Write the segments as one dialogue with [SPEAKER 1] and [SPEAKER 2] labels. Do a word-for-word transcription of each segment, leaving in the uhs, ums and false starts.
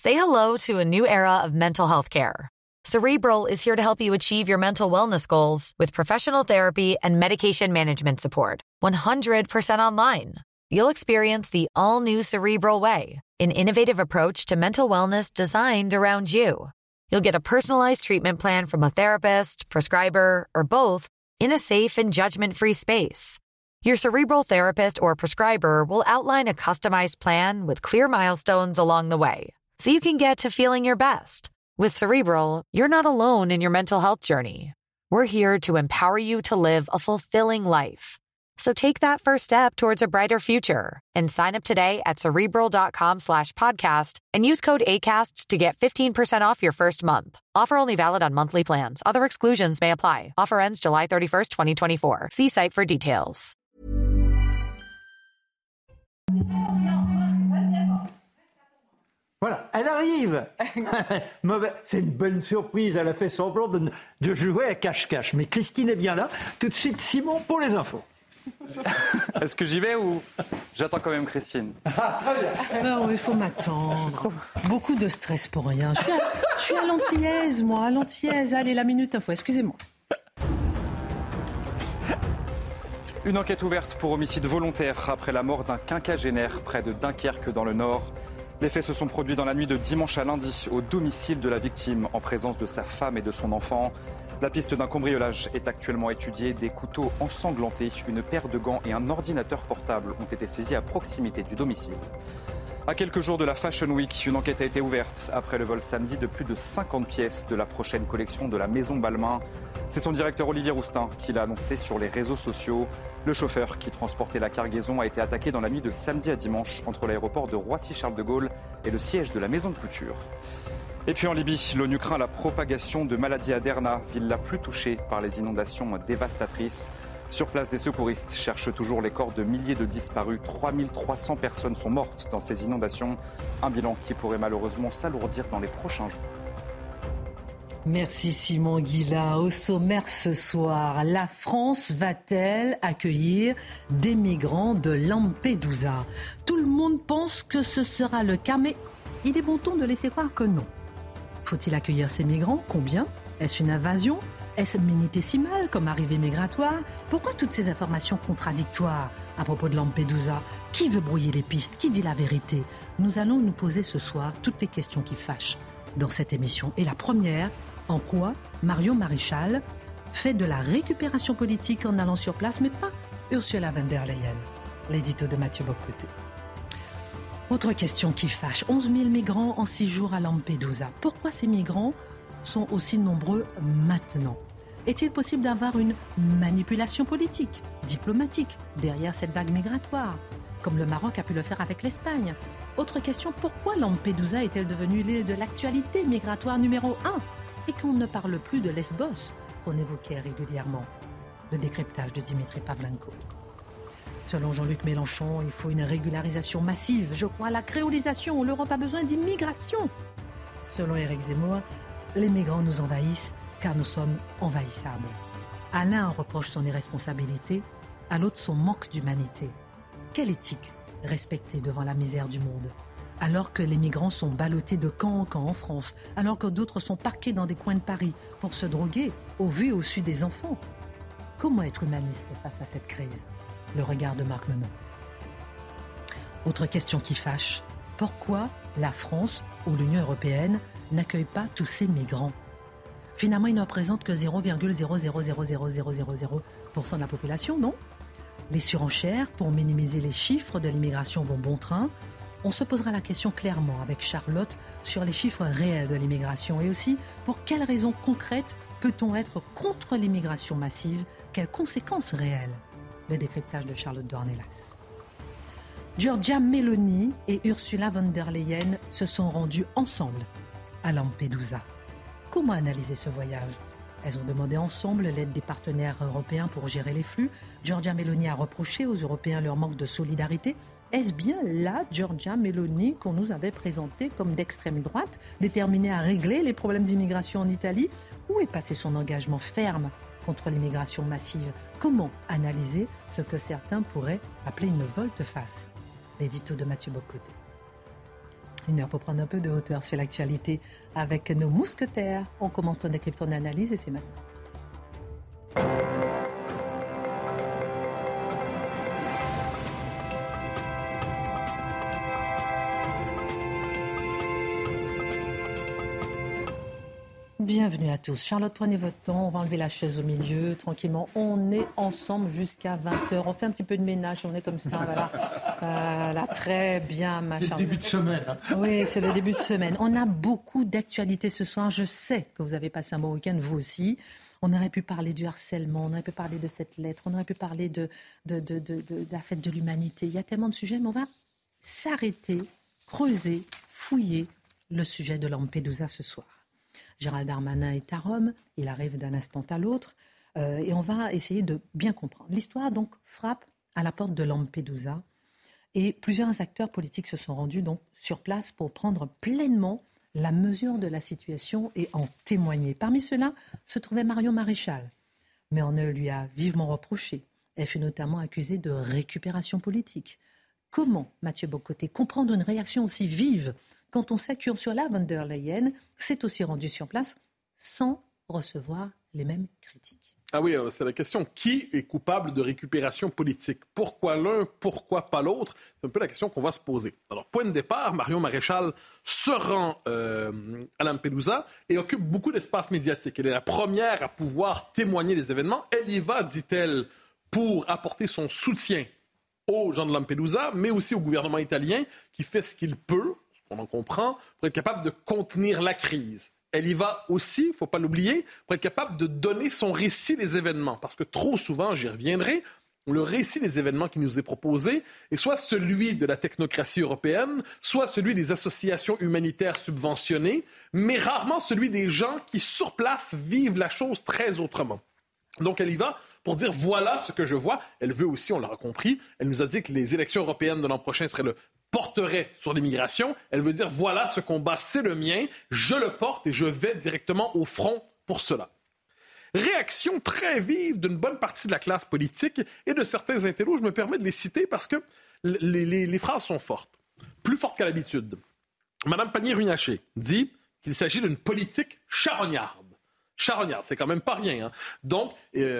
[SPEAKER 1] Say hello to a new era of mental health care. Cerebral is here to help you achieve your mental wellness goals with professional therapy and medication management support. one hundred percent online. You'll experience the all-new Cerebral Way, an innovative approach to mental wellness designed around you. You'll get a personalized treatment plan from a therapist, prescriber, or both in a safe and judgment-free space. Your Cerebral therapist or prescriber will outline a customized plan with clear milestones along the way, so you can get to feeling your best. With Cerebral, you're not alone in your mental health journey. We're here to empower you to live a fulfilling life. So take that first step towards a brighter future and sign up today at Cerebral.com slash podcast and use code ACAST to get fifteen percent off your first month. Offer only valid on monthly plans. Other exclusions may apply. Offer ends July thirty-first, twenty twenty-four. See site for details.
[SPEAKER 2] Voilà, elle arrive. Mauvais. C'est une bonne surprise. Elle a fait semblant de, de jouer à cache-cache. Mais Christine est bien là. Tout de suite, Simon pour les infos.
[SPEAKER 3] Est-ce que j'y vais ou j'attends quand même Christine?
[SPEAKER 2] Ah, très bien.
[SPEAKER 4] Non, il faut m'attendre. Beaucoup de stress pour rien. Je suis à, je suis à l'antillaise, moi, à l'antillaise. Allez, la minute info, excusez-moi.
[SPEAKER 3] Une enquête ouverte pour homicide volontaire après la mort d'un quinquagénaire près de Dunkerque dans le Nord. Les faits se sont produits dans la nuit de dimanche à lundi au domicile de la victime en présence de sa femme et de son enfant. La piste d'un cambriolage est actuellement étudiée. Des couteaux ensanglantés, une paire de gants et un ordinateur portable ont été saisis à proximité du domicile. À quelques jours de la Fashion Week, une enquête a été ouverte après le vol samedi de plus de cinquante pièces de la prochaine collection de la Maison Balmain. C'est son directeur Olivier Roustin qui l'a annoncé sur les réseaux sociaux. Le chauffeur qui transportait la cargaison a été attaqué dans la nuit de samedi à dimanche entre l'aéroport de Roissy-Charles de Gaulle et le siège de la maison de couture. Et puis en Libye, l'ONU craint la propagation de maladies à Derna, ville la plus touchée par les inondations dévastatrices. Sur place, des secouristes cherchent toujours les corps de milliers de disparus. trois mille trois cents personnes sont mortes dans ces inondations. Un bilan qui pourrait malheureusement s'alourdir dans les prochains jours.
[SPEAKER 4] Merci Simon Guillain. Au sommaire ce soir, la France va-t-elle accueillir des migrants de Lampedusa? Tout le monde pense que ce sera le cas, mais il est bon ton de laisser croire que non. Faut-il accueillir ces migrants? Combien? Est-ce une invasion? Est-ce minitésimal comme arrivée migratoire? Pourquoi toutes ces informations contradictoires à propos de Lampedusa? Qui veut brouiller les pistes? Qui dit la vérité? Nous allons nous poser ce soir toutes les questions qui fâchent dans cette émission. Et la première, en quoi Marion Maréchal fait de la récupération politique en allant sur place, mais pas Ursula von der Leyen. L'édito de Mathieu Bocoté. Autre question qui fâche, onze mille migrants en six jours à Lampedusa. Pourquoi ces migrants sont aussi nombreux maintenant? Est-il possible d'avoir une manipulation politique, diplomatique, derrière cette vague migratoire, comme le Maroc a pu le faire avec l'Espagne? Autre question, pourquoi Lampedusa est-elle devenue l'île de l'actualité migratoire numéro un et qu'on ne parle plus de Lesbos, qu'on évoquait régulièrement? Le décryptage de Dimitri Pavlenko. Selon Jean-Luc Mélenchon, il faut une régularisation massive. Je crois à la créolisation. L'Europe a besoin d'immigration. Selon Éric Zemmour, les migrants nous envahissent car nous sommes envahissables. À l'un, on reproche son irresponsabilité, à l'autre son manque d'humanité. Quelle éthique respecter devant la misère du monde? Alors que les migrants sont ballottés de camp en camp en France, alors que d'autres sont parqués dans des coins de Paris pour se droguer au vu et au su des enfants. Comment être humaniste face à cette crise? Le regard de Marc Menon. Autre question qui fâche, pourquoi la France ou l'Union européenne n'accueille pas tous ces migrants? Finalement, ils ne représentent que zéro virgule zéro zéro zéro zéro zéro zéro zéro pour cent de la population, non? Les surenchères pour minimiser les chiffres de l'immigration vont bon train. On se posera la question clairement avec Charlotte sur les chiffres réels de l'immigration et aussi pour quelles raisons concrètes peut-on être contre l'immigration massive? Quelles conséquences réelles? Le décryptage de Charlotte Dornelas. Giorgia Meloni et Ursula von der Leyen se sont rendues ensemble à Lampedusa. Comment analyser ce voyage? Elles ont demandé ensemble l'aide des partenaires européens pour gérer les flux. Giorgia Meloni a reproché aux Européens leur manque de solidarité. Est-ce bien la Giorgia Meloni qu'on nous avait présentée comme d'extrême droite, déterminée à régler les problèmes d'immigration en Italie? Où est passé son engagement ferme contre l'immigration massive? Comment analyser ce que certains pourraient appeler une volte-face? L'édito de Mathieu Bocoté. Une heure pour prendre un peu de hauteur sur l'actualité avec nos mousquetaires. On commente, on décrypte, on analyse et c'est maintenant. Bienvenue à tous. Charlotte, prenez votre temps. On va enlever la chaise au milieu, tranquillement. On est ensemble jusqu'à vingt heures. On fait un petit peu de ménage. On est comme ça, voilà. Euh, là, très bien, ma Charlotte.
[SPEAKER 2] C'est le début de semaine. Hein.
[SPEAKER 4] Oui, c'est le début de semaine. On a beaucoup d'actualités ce soir. Je sais que vous avez passé un bon week-end, vous aussi. On aurait pu parler du harcèlement, on aurait pu parler de cette lettre, on aurait pu parler de, de, de, de, de, de la fête de l'humanité. Il y a tellement de sujets, mais on va s'arrêter, creuser, fouiller le sujet de Lampedusa ce soir. Gérald Darmanin est à Rome, il arrive d'un instant à l'autre, euh, et on va essayer de bien comprendre. L'histoire donc frappe à la porte de Lampedusa, et plusieurs acteurs politiques se sont rendus donc sur place pour prendre pleinement la mesure de la situation et en témoigner. Parmi ceux-là se trouvait Marion Maréchal, mais on le lui a vivement reproché. Elle fut notamment accusée de récupération politique. Comment, Mathieu Bocoté, comprendre une réaction aussi vive quand on sait qu'Ursula von der Leyen s'est aussi rendue sur place sans recevoir les mêmes critiques?
[SPEAKER 5] Ah oui, c'est la question. Qui est coupable de récupération politique? Pourquoi l'un, pourquoi pas l'autre? C'est un peu la question qu'on va se poser. Alors, point de départ, Marion Maréchal se rend euh, à Lampedusa et occupe beaucoup d'espace médiatique. Elle est la première à pouvoir témoigner des événements. Elle y va, dit-elle, pour apporter son soutien aux gens de Lampedusa, mais aussi au gouvernement italien qui fait ce qu'il peut, on en comprend, pour être capable de contenir la crise. Elle y va aussi, il ne faut pas l'oublier, pour être capable de donner son récit des événements. Parce que trop souvent, j'y reviendrai, le récit des événements qui nous est proposé est soit celui de la technocratie européenne, soit celui des associations humanitaires subventionnées, mais rarement celui des gens qui, sur place, vivent la chose très autrement. Donc elle y va pour dire voilà ce que je vois. Elle veut aussi, on l'aura compris, elle nous a dit que les élections européennes de l'an prochain seraient le porterait sur l'immigration. Elle veut dire voilà ce combat, c'est le mien, je le porte et je vais directement au front pour cela. Réaction très vive d'une bonne partie de la classe politique et de certains intellos. Je me permets de les citer parce que les, les, les phrases sont fortes, plus fortes qu'à l'habitude. Mme Pannier-Runacher dit qu'il s'agit d'une politique charognarde. Charognarde, c'est quand même pas rien. Hein. Donc,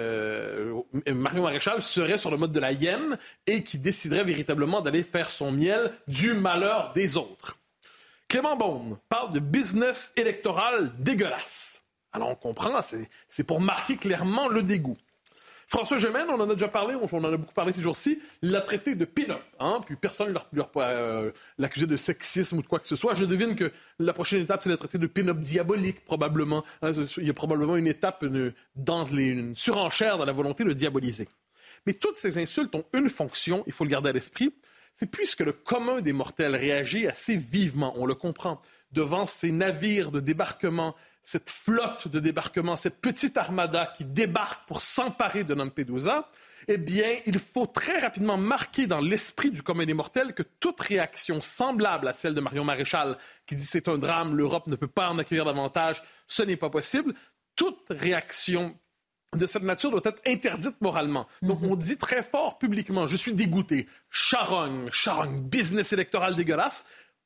[SPEAKER 5] euh, Marion Maréchal serait sur le mode de la hyène et qui déciderait véritablement d'aller faire son miel du malheur des autres. Clément Beaune parle de business électoral dégueulasse. Alors, on comprend, c'est, c'est pour marquer clairement le dégoût. François Gemène, on en a déjà parlé, on en a beaucoup parlé ces jours-ci, l'a traité de pin-up, hein, puis personne ne leur, leur, euh, l'accusé de sexisme ou de quoi que ce soit. Je devine que la prochaine étape, c'est de la traiter de pin-up diabolique, probablement. Hein, il y a probablement une étape, une, dans les, une surenchère dans la volonté de diaboliser. Mais toutes ces insultes ont une fonction, il faut le garder à l'esprit, c'est puisque le commun des mortels réagit assez vivement, on le comprend, devant ces navires de débarquement, cette flotte de débarquement, cette petite armada qui débarque pour s'emparer de Lampedusa, eh bien, il faut très rapidement marquer dans l'esprit du commun des mortels que toute réaction semblable à celle de Marion Maréchal, qui dit c'est un drame, l'Europe ne peut pas en accueillir davantage, ce n'est pas possible, toute réaction de cette nature doit être interdite moralement. Donc, on dit très fort publiquement, je suis dégoûté, charogne, charogne, business électoral dégueulasse.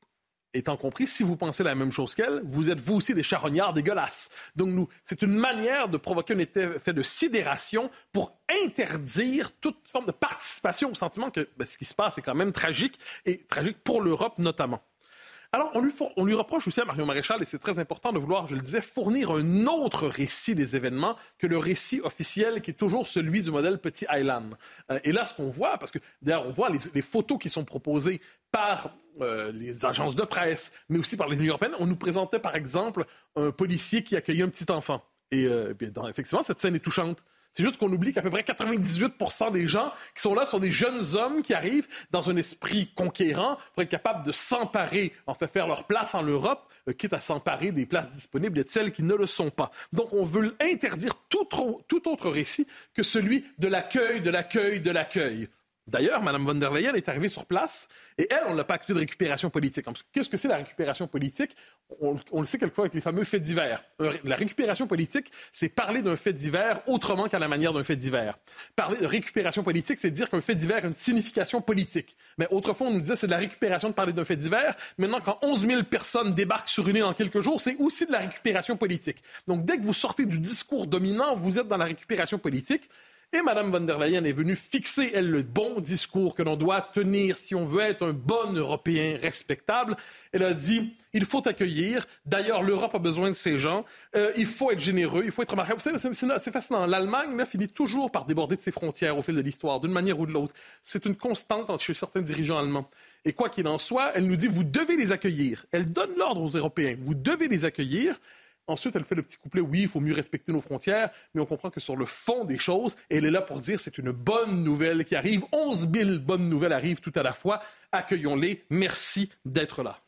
[SPEAKER 5] Étant compris, si vous pensez la même chose qu'elle, vous êtes vous aussi des charognards dégueulasses. Donc, nous, c'est une manière de provoquer un effet de sidération pour interdire toute forme de participation au sentiment que ben, ce qui se passe est quand même tragique, et tragique pour l'Europe notamment. Alors, on lui, on lui reproche aussi à Marion Maréchal, et c'est très important de vouloir, je le disais, fournir un autre récit des événements que le récit officiel qui est toujours celui du modèle Petit Island. Euh, et là, ce qu'on voit, parce que d'ailleurs, on voit les, les photos qui sont proposées par euh, les agences de presse, mais aussi par les Unions européennes. On nous présentait, par exemple, un policier qui accueillait un petit enfant. Et euh, bien, dans, effectivement, cette scène est touchante. C'est juste qu'on oublie qu'à peu près quatre-vingt-dix-huit pour cent des gens qui sont là sont des jeunes hommes qui arrivent dans un esprit conquérant pour être capables de s'emparer, en fait faire leur place en Europe, euh, quitte à s'emparer des places disponibles et de celles qui ne le sont pas. Donc on veut interdire tout, tout autre récit que celui de l'accueil, de l'accueil, de l'accueil. D'ailleurs, Mme von der Leyen est arrivée sur place et elle, on ne l'a pas accusée de récupération politique. Qu'est-ce que c'est la récupération politique? On, on le sait quelquefois avec les fameux faits divers. La récupération politique, c'est parler d'un fait divers autrement qu'à la manière d'un fait divers. Parler de récupération politique, c'est dire qu'un fait divers a une signification politique. Mais autrefois, on nous disait c'est de la récupération de parler d'un fait divers. Maintenant, quand onze mille personnes débarquent sur une île en quelques jours, c'est aussi de la récupération politique. Donc, dès que vous sortez du discours dominant, vous êtes dans la récupération politique. Et Mme von der Leyen est venue fixer, elle, le bon discours que l'on doit tenir si on veut être un bon Européen respectable. Elle a dit, il faut accueillir. D'ailleurs, l'Europe a besoin de ces gens. Euh, il faut être généreux, il faut être remarquable. Vous savez, c'est, c'est fascinant. L'Allemagne là, finit toujours par déborder de ses frontières au fil de l'histoire, d'une manière ou de l'autre. C'est une constante chez certains dirigeants allemands. Et quoi qu'il en soit, elle nous dit, vous devez les accueillir. Elle donne l'ordre aux Européens. Vous devez les accueillir. Ensuite, elle fait le petit couplet, oui, il faut mieux respecter nos frontières, mais on comprend que sur le fond des choses, elle est là pour dire c'est une bonne nouvelle qui arrive. onze mille bonnes nouvelles arrivent tout à la fois. Accueillons-les. Merci d'être là.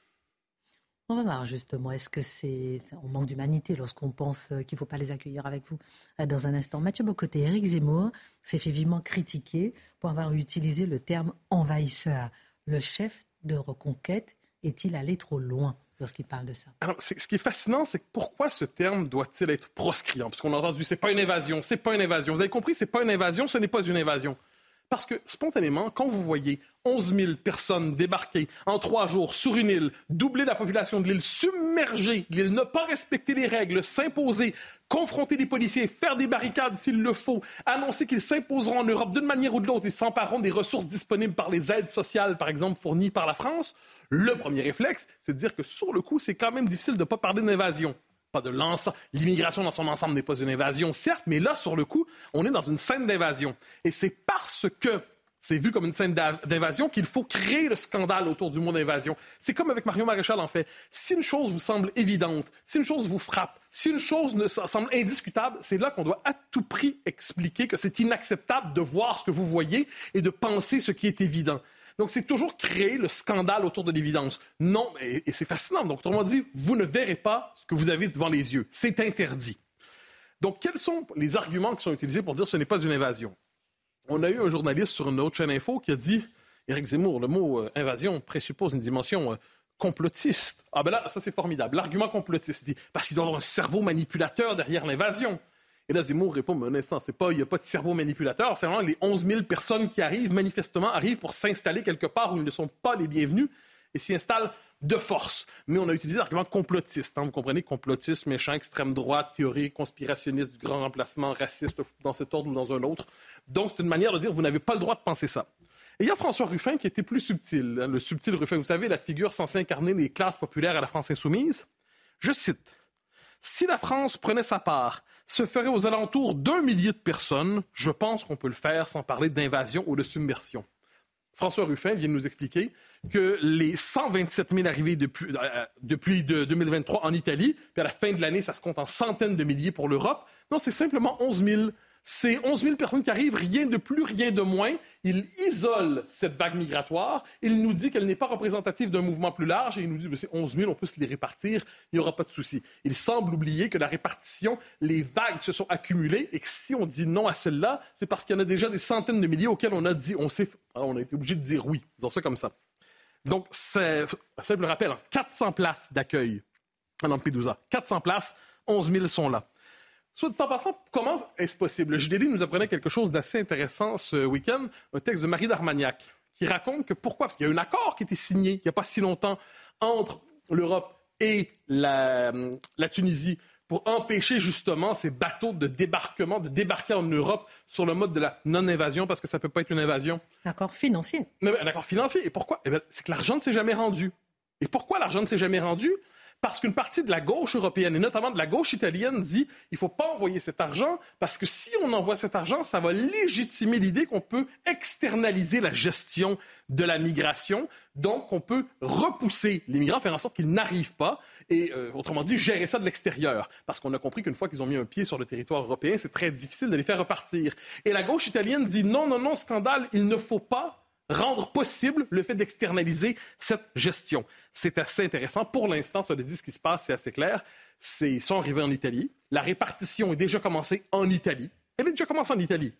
[SPEAKER 4] On va voir justement, est-ce que c'est... On manque d'humanité lorsqu'on pense qu'il ne faut pas les accueillir avec vous dans un instant. Mathieu Bocoté, Éric Zemmour s'est fait vivement critiquer pour avoir utilisé le terme envahisseur. Le chef de Reconquête est-il allé trop loin lorsqu'il parle de ça?
[SPEAKER 5] Alors, c'est, ce qui est fascinant, c'est que pourquoi ce terme doit-il être proscriant? Parce qu'on a entendu, c'est pas une invasion, c'est pas une invasion. Vous avez compris, c'est pas une invasion, ce n'est pas une invasion. Parce que, spontanément, quand vous voyez onze mille personnes débarquer en trois jours sur une île, doubler la population de l'île, submerger l'île, ne pas respecter les règles, s'imposer, confronter les policiers, faire des barricades s'il le faut, annoncer qu'ils s'imposeront en Europe d'une manière ou de l'autre, ils s'empareront des ressources disponibles par les aides sociales, par exemple, fournies par la France, le premier réflexe, c'est de dire que sur le coup, c'est quand même difficile de ne pas parler d'invasion. Pas de l'ensemble. L'immigration dans son ensemble n'est pas une invasion, certes, mais là, sur le coup, on est dans une scène d'invasion. Et c'est parce que c'est vu comme une scène d'invasion qu'il faut créer le scandale autour du mot d'invasion. C'est comme avec Marion Maréchal, en fait. Si une chose vous semble évidente, si une chose vous frappe, si une chose ne semble indiscutable, c'est là qu'on doit à tout prix expliquer que c'est inacceptable de voir ce que vous voyez et de penser ce qui est évident. Donc, c'est toujours créer le scandale autour de l'évidence. Non, et, et c'est fascinant. Donc, autrement dit, vous ne verrez pas ce que vous avez devant les yeux. C'est interdit. Donc, quels sont les arguments qui sont utilisés pour dire que ce n'est pas une invasion? On a eu un journaliste sur une autre chaîne info qui a dit, Éric Zemmour, le mot euh, invasion présuppose une dimension euh, complotiste. Ah ben là, ça c'est formidable. L'argument complotiste dit, parce qu'il doit y avoir un cerveau manipulateur derrière l'invasion. Et là, Zemmour répond, mais un instant, c'est pas, il n'y a pas de cerveau manipulateur, c'est vraiment les onze mille personnes qui arrivent, manifestement, arrivent pour s'installer quelque part où ils ne sont pas les bienvenus et s'y installent de force. Mais on a utilisé l'argument complotiste. Hein, vous comprenez, complotiste, méchant, extrême droite, théorie conspirationniste du grand remplacement, raciste, dans cet ordre ou dans un autre. Donc, c'est une manière de dire, vous n'avez pas le droit de penser ça. Et il y a François Ruffin qui était plus subtil, hein, le subtil Ruffin. Vous savez, la figure censée incarner les classes populaires à la France insoumise. Je cite, « Si la France prenait sa part, se ferait aux alentours d'un millier de personnes, je pense qu'on peut le faire sans parler d'invasion ou de submersion. » François Ruffin vient de nous expliquer que les cent vingt-sept mille arrivées depuis, euh, depuis de deux mille vingt-trois en Italie, puis à la fin de l'année, ça se compte en centaines de milliers pour l'Europe. Non, c'est simplement onze mille. C'est onze mille personnes qui arrivent, rien de plus, rien de moins. Il isole cette vague migratoire. Il nous dit qu'elle n'est pas représentative d'un mouvement plus large. Et il nous dit que c'est onze mille, on peut se les répartir, il n'y aura pas de souci. Il semble oublier que la répartition, les vagues se sont accumulées et que si on dit non à celle-là, c'est parce qu'il y en a déjà des centaines de milliers auxquels on a dit, on sait, on a été obligé de dire oui. Disons ça comme ça. Donc, c'est un simple rappel, hein, quatre cents places d'accueil à Lampedusa. quatre cents places, onze mille sont là. Soit dit en passant, comment est-ce possible? Le J D D nous apprenait quelque chose d'assez intéressant ce week-end, un texte de Marie d'Armagnac, qui raconte que pourquoi? Parce qu'il y a un accord qui a été signé il n'y a pas si longtemps entre l'Europe et la, la Tunisie pour empêcher justement ces bateaux de débarquement, de débarquer en Europe sur le mode de la non-invasion, parce que ça ne peut pas être une invasion.
[SPEAKER 4] Un accord financier.
[SPEAKER 5] Un accord financier. Et pourquoi? Eh bien, c'est que l'argent ne s'est jamais rendu. Et pourquoi l'argent ne s'est jamais rendu? Parce qu'une partie de la gauche européenne, et notamment de la gauche italienne, dit il ne faut pas envoyer cet argent, parce que si on envoie cet argent, ça va légitimer l'idée qu'on peut externaliser la gestion de la migration, donc on peut repousser les migrants, faire en sorte qu'ils n'arrivent pas, et euh, autrement dit, gérer ça de l'extérieur. Parce qu'on a compris qu'une fois qu'ils ont mis un pied sur le territoire européen, c'est très difficile de les faire repartir. Et la gauche italienne dit non, non, non, scandale, il ne faut pas rendre possible le fait d'externaliser cette gestion. C'est assez intéressant. Pour l'instant, ça dit ce qui se passe, c'est assez clair. C'est, ils sont arrivés en Italie. La répartition est déjà commencée en Italie. Elle est déjà commencée en Italie.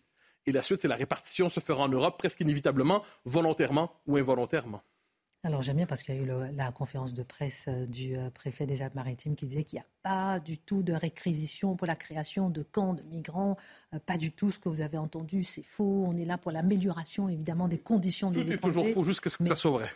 [SPEAKER 5] Et la suite, c'est la répartition se fera en Europe presque inévitablement, volontairement ou involontairement.
[SPEAKER 4] Alors j'aime bien parce qu'il y a eu le, la conférence de presse du euh, préfet des Alpes-Maritimes qui disait qu'il n'y a pas du tout de réquisition pour la création de camps de migrants, euh, pas du tout ce que vous avez entendu, c'est faux. On est là pour l'amélioration évidemment des conditions des étrangers.
[SPEAKER 5] Tout est toujours faux jusqu'à ce que Mais... ça soit vrai.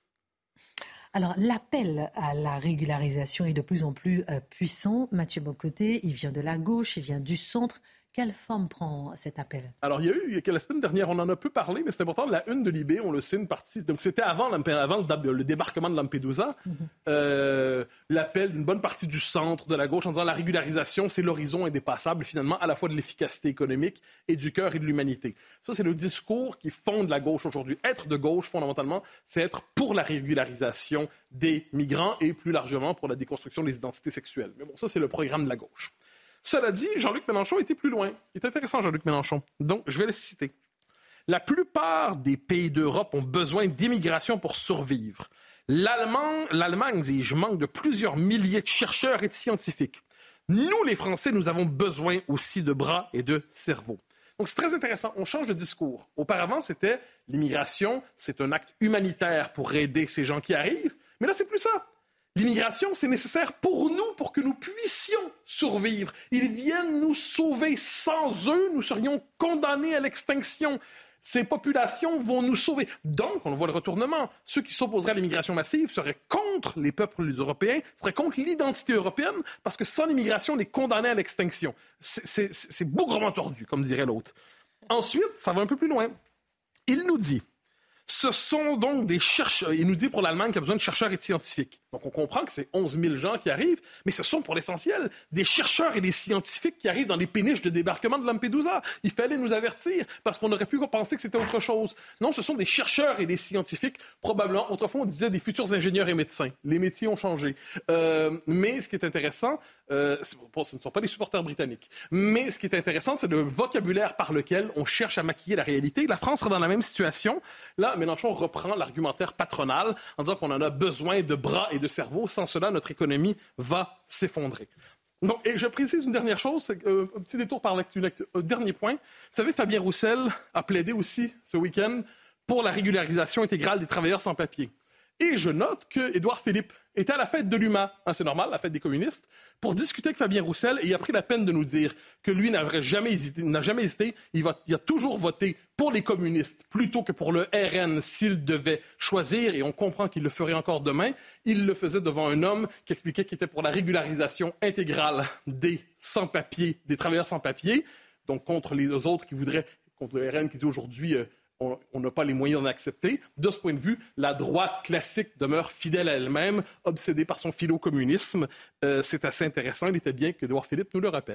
[SPEAKER 4] Alors l'appel à la régularisation est de plus en plus euh, puissant. Mathieu Bocoté, il vient de la gauche, il vient du centre. Quelle forme prend cet appel?
[SPEAKER 5] Alors, il y a eu, la semaine dernière, on en a peu parlé, mais c'est important, la une de Libé, on le sait, une partie, donc c'était avant, avant le, le débarquement de Lampedusa, mm-hmm. euh, l'appel d'une bonne partie du centre, de la gauche, en disant la régularisation, c'est l'horizon indépassable, finalement, à la fois de l'efficacité économique et du cœur et de l'humanité. Ça, c'est le discours qui fonde la gauche aujourd'hui. Être de gauche, fondamentalement, c'est être pour la régularisation des migrants et plus largement pour la déconstruction des identités sexuelles. Mais bon, ça, c'est le programme de la gauche. Cela dit, Jean-Luc Mélenchon était plus loin. Il est intéressant, Jean-Luc Mélenchon. Donc, je vais le citer. La plupart des pays d'Europe ont besoin d'immigration pour survivre. L'Allemagne, l'Allemagne, dis-je, manque de plusieurs milliers de chercheurs et de scientifiques. Nous, les Français, nous avons besoin aussi de bras et de cerveaux. Donc, c'est très intéressant. On change de discours. Auparavant, c'était l'immigration, c'est un acte humanitaire pour aider ces gens qui arrivent. Mais là, c'est plus ça. L'immigration, c'est nécessaire pour nous, pour que nous puissions survivre. Ils viennent nous sauver. Sans eux, nous serions condamnés à l'extinction. Ces populations vont nous sauver. Donc, on voit le retournement. Ceux qui s'opposeraient à l'immigration massive seraient contre les peuples européens, seraient contre l'identité européenne, parce que sans l'immigration, on est condamnés à l'extinction. C'est, c'est, c'est bougrement tordu, comme dirait l'autre. Ensuite, ça va un peu plus loin. Il nous dit... Ce sont donc des chercheurs. Il nous dit pour l'Allemagne qu'il y a besoin de chercheurs et de scientifiques. Donc on comprend que c'est onze mille gens qui arrivent, mais ce sont pour l'essentiel des chercheurs et des scientifiques qui arrivent dans les péniches de débarquement de Lampedusa. Il fallait nous avertir parce qu'on aurait pu penser que c'était autre chose. Non, ce sont des chercheurs et des scientifiques. Probablement, autrefois on disait des futurs ingénieurs et médecins. Les métiers ont changé. Euh, mais ce qui est intéressant, euh, ce ne sont pas des supporters britanniques. Mais ce qui est intéressant, c'est le vocabulaire par lequel on cherche à maquiller la réalité. La France sera dans la même situation. Là, Mélenchon reprend l'argumentaire patronal en disant qu'on en a besoin de bras et de cerveau. Sans cela, notre économie va s'effondrer. Donc, et je précise une dernière chose, c'est, euh, un petit détour par l'actu, un dernier point. Vous savez, Fabien Roussel a plaidé aussi ce week-end pour la régularisation intégrale des travailleurs sans papier. Et je note que Édouard Philippe était à la fête de l'U M A, hein, c'est normal, la fête des communistes, pour discuter avec Fabien Roussel, et il a pris la peine de nous dire que lui n'aurait jamais hésité, n'a jamais hésité, il, va, il a toujours voté pour les communistes plutôt que pour le R N s'il devait choisir, et on comprend qu'il le ferait encore demain. Il le faisait devant un homme qui expliquait qu'il était pour la régularisation intégrale des sans-papiers, des travailleurs sans-papiers, donc contre les autres qui voudraient, contre le R N qui dit aujourd'hui... Euh, on n'a pas les moyens d'en accepter. De ce point de vue, la droite classique demeure fidèle à elle-même, obsédée par son philo-communisme. Euh, c'est assez intéressant. Il était bien qu'Édouard Philippe nous le rappelle.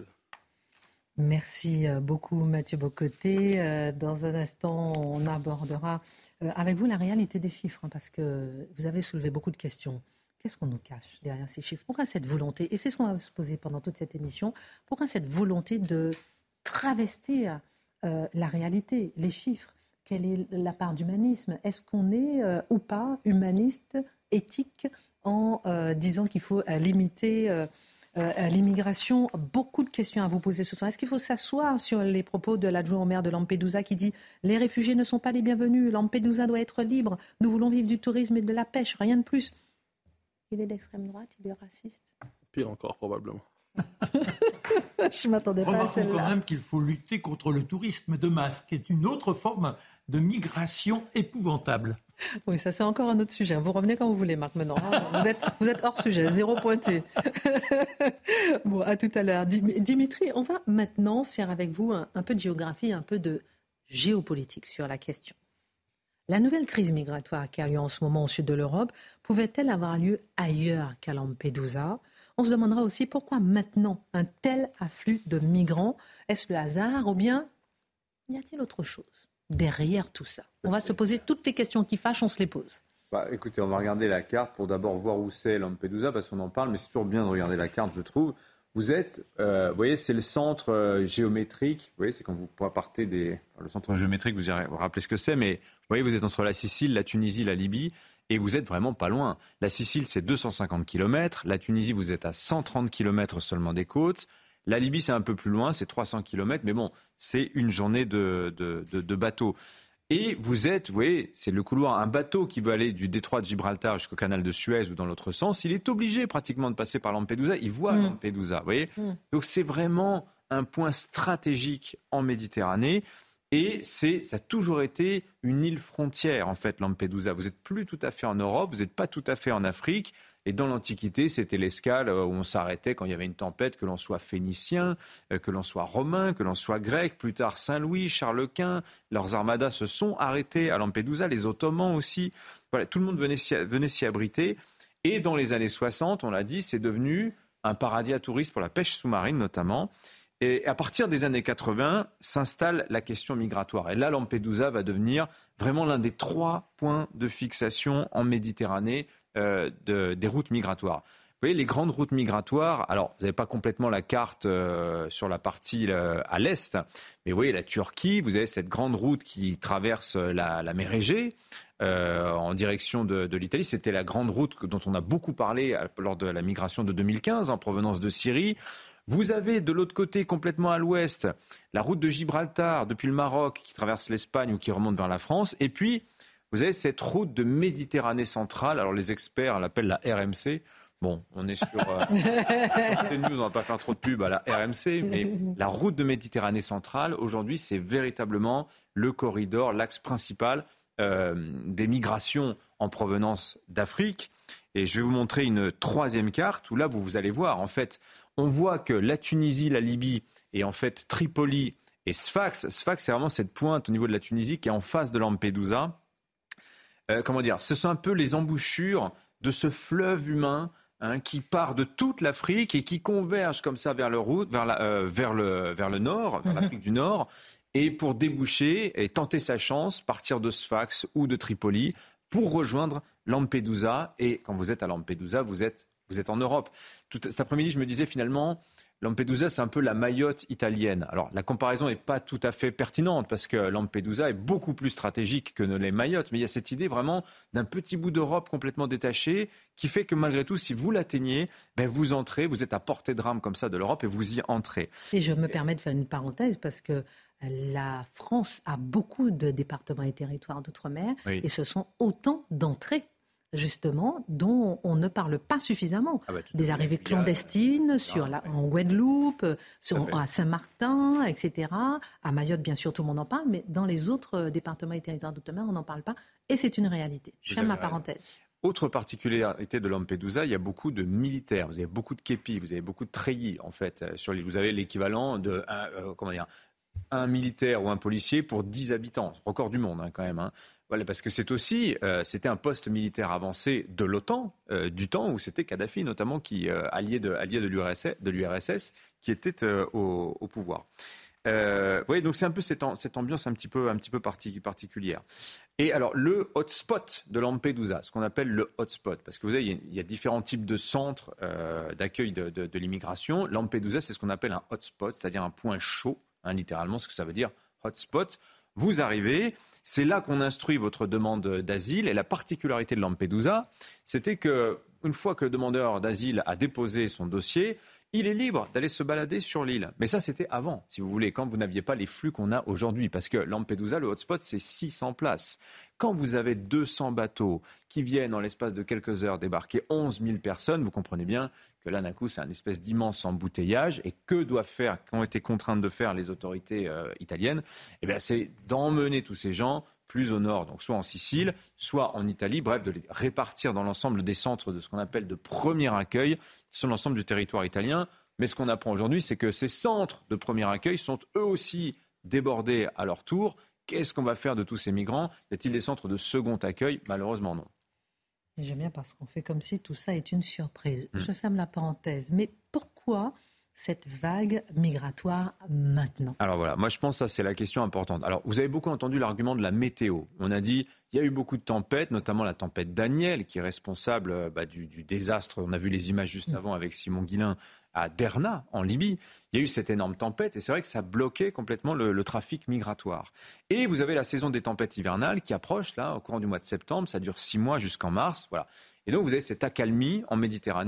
[SPEAKER 4] Merci beaucoup, Mathieu Bocoté. Euh, dans un instant, on abordera euh, avec vous la réalité des chiffres, hein, parce que vous avez soulevé beaucoup de questions. Qu'est-ce qu'on nous cache derrière ces chiffres? Pourquoi cette volonté, et c'est ce qu'on va se poser pendant toute cette émission, pourquoi cette volonté de travestir euh, la réalité, les chiffres? Quelle est la part d'humanisme? Est-ce qu'on est euh, ou pas humaniste, éthique, en euh, disant qu'il faut euh, limiter euh, euh, l'immigration? Beaucoup de questions à vous poser ce soir. Est-ce qu'il faut s'asseoir sur les propos de l'adjoint au maire de Lampedusa qui dit « Les réfugiés ne sont pas les bienvenus, Lampedusa doit être libre, nous voulons vivre du tourisme et de la pêche, rien de plus ». Il est d'extrême droite, il est raciste.
[SPEAKER 5] Pire encore, probablement.
[SPEAKER 4] Je ne m'attendais pas à celle-là.
[SPEAKER 2] Quand même qu'il faut lutter contre le tourisme de masse, qui est une autre forme de migration épouvantable.
[SPEAKER 4] Oui, ça c'est encore un autre sujet. Vous revenez quand vous voulez, Marc, maintenant. Vous êtes, vous êtes hors sujet, zéro pointé. Bon, à tout à l'heure. Dimitri, on va maintenant faire avec vous un, un peu de géographie, un peu de géopolitique sur la question. La nouvelle crise migratoire qui a lieu en ce moment au sud de l'Europe, pouvait-elle avoir lieu ailleurs qu'à Lampedusa ? On se demandera aussi pourquoi maintenant un tel afflux de migrants. Est-ce le hasard ou bien y a-t-il autre chose derrière tout ça? On va se poser toutes les questions qui fâchent, on se les pose.
[SPEAKER 6] Bah, écoutez, on va regarder la carte pour d'abord voir où c'est Lampedusa, parce qu'on en parle, mais c'est toujours bien de regarder la carte, je trouve. Vous êtes, euh, vous voyez, c'est le centre euh, géométrique. Vous voyez, c'est quand vous partez des... Enfin, le centre géométrique, vous vous rappelez ce que c'est, mais vous voyez, vous êtes entre la Sicile, la Tunisie, la Libye. Et vous êtes vraiment pas loin. La Sicile, c'est deux cent cinquante kilomètres. La Tunisie, vous êtes à cent trente kilomètres seulement des côtes. La Libye, c'est un peu plus loin, c'est trois cents kilomètres, mais bon, c'est une journée de, de, de, de bateau. Et vous êtes, vous voyez, c'est le couloir, un bateau qui veut aller du détroit de Gibraltar jusqu'au canal de Suez ou dans l'autre sens, il est obligé pratiquement de passer par Lampedusa, il voit mmh. Lampedusa, vous voyez. Mmh. Donc c'est vraiment un point stratégique en Méditerranée et c'est, ça a toujours été une île frontière en fait, Lampedusa. Vous n'êtes plus tout à fait en Europe, vous n'êtes pas tout à fait en Afrique. Et dans l'Antiquité, c'était l'escale où on s'arrêtait quand il y avait une tempête, que l'on soit phénicien, que l'on soit romain, que l'on soit grec. Plus tard, Saint-Louis, Charles Quint, leurs armadas se sont arrêtés à Lampedusa, les Ottomans aussi. Voilà, tout le monde venait s'y, venait s'y abriter. Et dans les années soixante, on l'a dit, c'est devenu un paradis à touristes pour la pêche sous-marine notamment. Et à partir des années quatre-vingts, s'installe la question migratoire. Et là, Lampedusa va devenir vraiment l'un des trois points de fixation en Méditerranée euh, de, des routes migratoires. Vous voyez, les grandes routes migratoires, alors vous n'avez pas complètement la carte euh, sur la partie euh, à l'est, mais vous voyez la Turquie, vous avez cette grande route qui traverse la, la mer Égée euh, en direction de, de l'Italie. C'était la grande route dont on a beaucoup parlé lors de la migration de deux mille quinze en provenance de Syrie. Vous avez de l'autre côté, complètement à l'ouest, la route de Gibraltar depuis le Maroc qui traverse l'Espagne ou qui remonte vers la France. Et puis, vous avez cette route de Méditerranée centrale. Alors les experts l'appellent la R M C. Bon, on est sur euh, CNews, on ne va pas faire trop de pub à la R M C, mais la route de Méditerranée centrale, aujourd'hui, c'est véritablement le corridor, l'axe principal euh, des migrations en provenance d'Afrique. Et je vais vous montrer une troisième carte où là, vous, vous allez voir, en fait, on voit que la Tunisie, la Libye et en fait Tripoli et Sfax, Sfax c'est vraiment cette pointe au niveau de la Tunisie qui est en face de Lampedusa. Euh, comment dire, ce sont un peu les embouchures de ce fleuve humain hein, qui part de toute l'Afrique et qui converge comme ça vers le, route, vers la, euh, vers le, vers le nord, vers mm-hmm. l'Afrique du Nord, et pour déboucher et tenter sa chance, partir de Sfax ou de Tripoli pour rejoindre Lampedusa. Et quand vous êtes à Lampedusa, vous êtes Vous êtes en Europe. Tout cet après-midi, je me disais finalement, Lampedusa, c'est un peu la Mayotte italienne. Alors, la comparaison n'est pas tout à fait pertinente parce que Lampedusa est beaucoup plus stratégique que ne l'est Mayotte. Mais il y a cette idée vraiment d'un petit bout d'Europe complètement détaché qui fait que malgré tout, si vous l'atteignez, ben vous entrez, vous êtes à portée de rame comme ça de l'Europe et vous y entrez.
[SPEAKER 4] Et je me permets de faire une parenthèse parce que la France a beaucoup de départements et territoires d'outre-mer oui. et ce sont autant d'entrées justement, dont on ne parle pas suffisamment. Ah bah, des arrivées clandestines a... sur la... en Guadeloupe, sur... à Saint-Martin, et cetera. À Mayotte, bien sûr, tout le monde en parle, mais dans les autres départements et territoires d'outre-mer, on n'en parle pas. Et c'est une réalité. Je ferme ma parenthèse.
[SPEAKER 6] Autre particularité de Lampedusa, il y a beaucoup de militaires. Vous avez beaucoup de képis, vous avez beaucoup de treillis, en fait, sur l'île. Vous avez l'équivalent de... Euh, comment dire, un militaire ou un policier pour dix habitants. Record du monde, hein, quand même, hein. Voilà, parce que c'est aussi, euh, c'était un poste militaire avancé de l'OTAN, euh, du temps où c'était Kadhafi notamment, qui euh, allié de, allié de l'U R S S, de l'U R S S qui était euh, au, au pouvoir. Euh, vous voyez, donc c'est un peu cette, cette ambiance un petit peu, un petit peu parti, particulière. Et alors, le hotspot de Lampedusa, ce qu'on appelle le hotspot, parce que vous savez, il y a différents types de centres euh, d'accueil de, de, de l'immigration. Lampedusa, c'est ce qu'on appelle un hotspot, c'est-à-dire un point chaud, hein, littéralement, ce que ça veut dire hotspot. Vous arrivez, c'est là qu'on instruit votre demande d'asile. Et la particularité de Lampedusa, c'était qu'une fois que le demandeur d'asile a déposé son dossier, il est libre d'aller se balader sur l'île. Mais ça, c'était avant, si vous voulez, quand vous n'aviez pas les flux qu'on a aujourd'hui. Parce que Lampedusa, le hotspot, c'est six cents places. Quand vous avez deux cents bateaux qui viennent en l'espace de quelques heures débarquer onze mille personnes, vous comprenez bien que là, d'un coup, c'est un espèce d'immense embouteillage. Et que doivent faire, qu'ont été contraintes de faire les autorités euh, italiennes ? Eh bien, c'est d'emmener tous ces gens plus au nord, donc soit en Sicile, soit en Italie, bref, de les répartir dans l'ensemble des centres de ce qu'on appelle de premier accueil sur l'ensemble du territoire italien. Mais ce qu'on apprend aujourd'hui, c'est que ces centres de premier accueil sont eux aussi débordés à leur tour. Qu'est-ce qu'on va faire de tous ces migrants ? Y a-t-il des centres de second accueil ? Malheureusement, non.
[SPEAKER 4] J'aime bien parce qu'on fait comme si tout ça est une surprise. Mmh. Je ferme la parenthèse. Mais pourquoi cette vague migratoire maintenant ?
[SPEAKER 6] Alors voilà, moi je pense que ça c'est la question importante. Alors vous avez beaucoup entendu l'argument de la météo. On a dit il y a eu beaucoup de tempêtes, notamment la tempête Daniel qui est responsable bah, du, du désastre. On a vu les images juste avant avec Simon Guillain à Derna en Libye. Il y a eu cette énorme tempête et c'est vrai que ça bloquait complètement le, le trafic migratoire. Et vous avez la saison des tempêtes hivernales qui approche là au courant du mois de septembre. Ça dure six mois jusqu'en mars. Voilà. Et donc vous avez cette accalmie en Méditerranée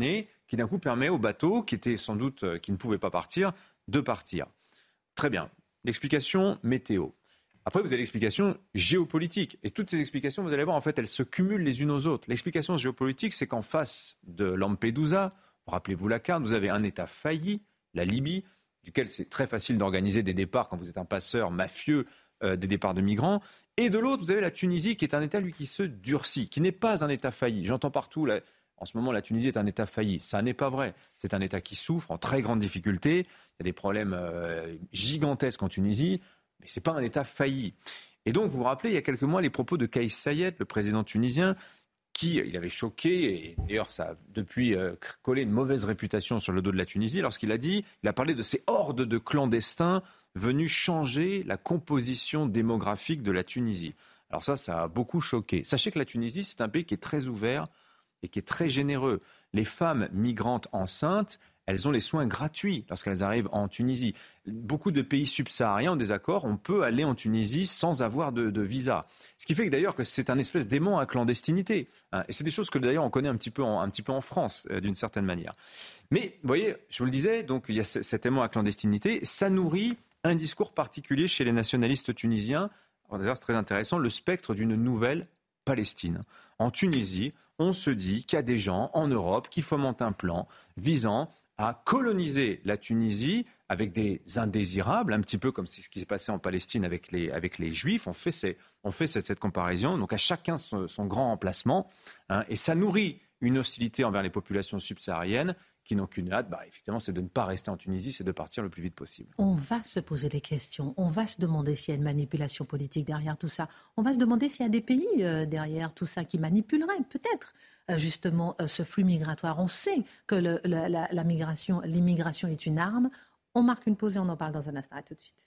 [SPEAKER 6] qui d'un coup permet aux bateaux, qui étaient sans doute, euh, qui ne pouvaient pas partir, de partir. Très bien. L'explication météo. Après, vous avez l'explication géopolitique. Et toutes ces explications, vous allez voir, en fait, elles se cumulent les unes aux autres. L'explication géopolitique, c'est qu'en face de Lampedusa, rappelez-vous la carte, vous avez un État failli, la Libye, duquel c'est très facile d'organiser des départs quand vous êtes un passeur mafieux euh, des départs de migrants. Et de l'autre, vous avez la Tunisie, qui est un État, lui, qui se durcit, qui n'est pas un État failli. J'entends partout, là, en ce moment, la Tunisie est un État failli. Ça n'est pas vrai. C'est un État qui souffre, en très grande difficulté. Il y a des problèmes euh, gigantesques en Tunisie. Mais ce n'est pas un État failli. Et donc, vous vous rappelez, il y a quelques mois, les propos de Kais Saied, le président tunisien, qui, il avait choqué, et d'ailleurs, ça a depuis euh, collé une mauvaise réputation sur le dos de la Tunisie, lorsqu'il a dit, il a parlé de ces hordes de clandestins venus changer la composition démographique de la Tunisie. Alors ça, ça a beaucoup choqué. Sachez que la Tunisie, c'est un pays qui est très ouvert et qui est très généreux. Les femmes migrantes enceintes, elles ont les soins gratuits lorsqu'elles arrivent en Tunisie. Beaucoup de pays subsahariens ont des accords. On peut aller en Tunisie sans avoir de, de visa. Ce qui fait que d'ailleurs que c'est un espèce d'aimant à clandestinité. Hein. Et c'est des choses que d'ailleurs on connaît un petit peu en, un petit peu en France, euh, d'une certaine manière. Mais vous voyez, je vous le disais, donc il y a c- cet aimant à clandestinité. Ça nourrit un discours particulier chez les nationalistes tunisiens. Alors, d'ailleurs, c'est très intéressant, le spectre d'une nouvelle Palestine. En Tunisie, on se dit qu'il y a des gens en Europe qui fomentent un plan visant à coloniser la Tunisie avec des indésirables, un petit peu comme ce qui s'est passé en Palestine avec les, avec les Juifs. On fait, ces, on fait cette, cette comparaison, donc à chacun son, son grand emplacement, hein, et ça nourrit une hostilité envers les populations subsahariennes qui n'ont qu'une hâte, bah, effectivement, c'est de ne pas rester en Tunisie, c'est de partir le plus vite possible.
[SPEAKER 4] On va se poser des questions, on va se demander s'il y a une manipulation politique derrière tout ça, on va se demander s'il y a des pays euh, derrière tout ça qui manipuleraient peut-être euh, justement euh, ce flux migratoire. On sait que le, la, la, la migration, l'immigration est une arme. On marque une pause et on en parle dans un instant. À tout de suite.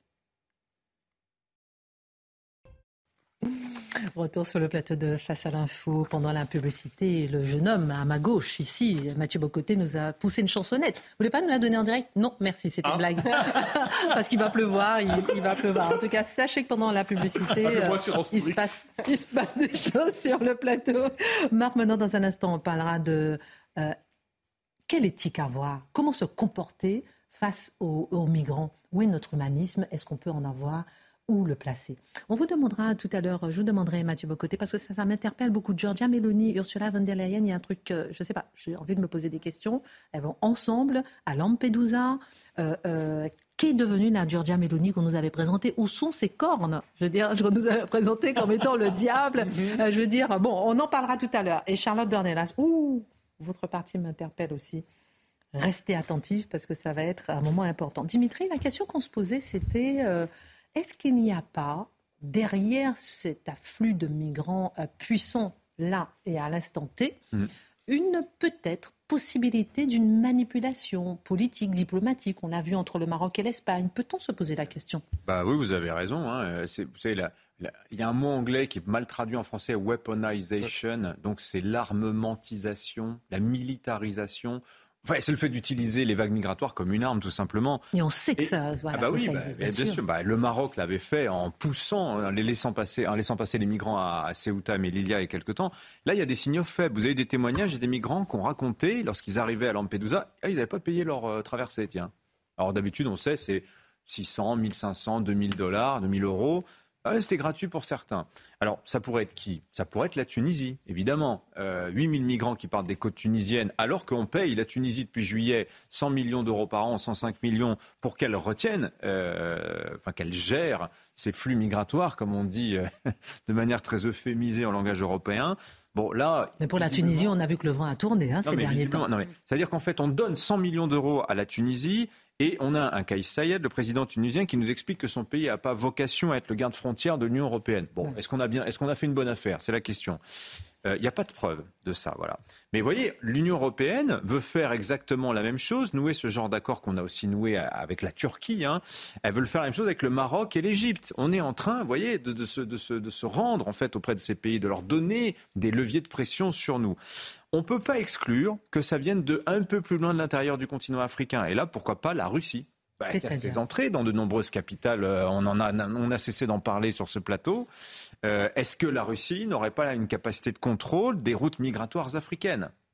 [SPEAKER 4] Retour sur le plateau de Face à l'info. Pendant la publicité, le jeune homme à ma gauche, ici, Mathieu Bocoté, nous a poussé une chansonnette. Vous voulez pas nous la donner en direct ? Non, merci, c'était ah. une blague. Parce qu'il va pleuvoir, il, il va pleuvoir. En tout cas, sachez que pendant la publicité, euh, il, se passe, il se passe des choses sur le plateau. Marc, maintenant, dans un instant, on parlera de euh, quelle éthique avoir ? Comment se comporter face aux, aux migrants ? Où est notre humanisme ? Est-ce qu'on peut en avoir ? Où le placer ? On vous demandera tout à l'heure, je vous demanderai Mathieu Bocoté, parce que ça, ça m'interpelle beaucoup. Giorgia Meloni, Ursula von der Leyen, il y a un truc, euh, je ne sais pas, j'ai envie de me poser des questions. Elles vont ensemble à Lampedusa. Euh, euh, Qu'est devenue la Giorgia Meloni qu'on nous avait présentée ? Où sont ses cornes ? Je veux dire, je nous avais présenté comme étant le diable. Euh, je veux dire, bon, on en parlera tout à l'heure. Et Charlotte Dornelas, ouh, votre partie m'interpelle aussi. Restez attentifs parce que ça va être un moment important. Dimitri, la question qu'on se posait, c'était... Euh, Est-ce qu'il n'y a pas, derrière cet afflux de migrants euh, puissants, là et à l'instant T, mmh. une peut-être possibilité d'une manipulation politique, diplomatique ? On l'a vu entre le Maroc et l'Espagne. Peut-on se poser la question ?
[SPEAKER 6] Bah oui, vous avez raison. Hein. C'est, vous savez, la, la, il y a un mot anglais qui est mal traduit en français, weaponization. Donc c'est l'armamentisation, la militarisation. Enfin, c'est le fait d'utiliser les vagues migratoires comme une arme, tout simplement.
[SPEAKER 4] Et on sait que
[SPEAKER 6] et,
[SPEAKER 4] ça, voilà,
[SPEAKER 6] ah bah oui,
[SPEAKER 4] ça
[SPEAKER 6] bah,
[SPEAKER 4] existe,
[SPEAKER 6] bien, bien sûr. sûr bah, le Maroc l'avait fait en poussant, en les laissant passer, en laissant passer les migrants à, à Ceuta, Melilla il y a quelque temps. Là, il y a des signaux faibles. Vous avez des témoignages des migrants qui ont raconté, lorsqu'ils arrivaient à Lampedusa, ils n'avaient pas payé leur euh, traversée, tiens. Alors d'habitude, on sait, c'est six cents, mille cinq cents, deux mille dollars, deux mille euros. Ah, c'était gratuit pour certains. Alors, ça pourrait être qui ? Ça pourrait être la Tunisie, évidemment. Euh, huit mille migrants qui partent des côtes tunisiennes, alors qu'on paye la Tunisie depuis juillet cent millions d'euros par an, cent cinq millions, pour qu'elle retienne, euh, enfin qu'elle gère ces flux migratoires, comme on dit euh, de manière très euphémisée en langage européen. Bon, là,
[SPEAKER 4] mais pour la Tunisie, on a vu que le vent a tourné hein,
[SPEAKER 6] non,
[SPEAKER 4] ces derniers temps.
[SPEAKER 6] Non, mais, c'est-à-dire qu'en fait, on donne cent millions d'euros à la Tunisie et on a un Kais Saied, le président tunisien, qui nous explique que son pays n'a pas vocation à être le garde-frontière de l'Union européenne. Bon, ouais. est-ce qu'on a bien, est-ce qu'on a fait une bonne affaire ? C'est la question. Il euh, n'y a pas de preuve de ça, voilà. Mais vous voyez, l'Union européenne veut faire exactement la même chose, nouer ce genre d'accord qu'on a aussi noué avec la Turquie. Hein. Elle veut le faire la même chose avec le Maroc et l'Égypte. On est en train, vous voyez, de, de, se, de, se, de se rendre en fait auprès de ces pays, de leur donner des leviers de pression sur nous. On ne peut pas exclure que ça vienne de un peu plus loin de l'intérieur du continent africain. Et là, pourquoi pas la Russie ? Bah, il y a ses entrées dans de nombreuses capitales. On en a, on a cessé d'en parler sur ce plateau. Euh, est-ce que la Russie n'aurait pas une capacité de contrôle des routes migratoires africaines ?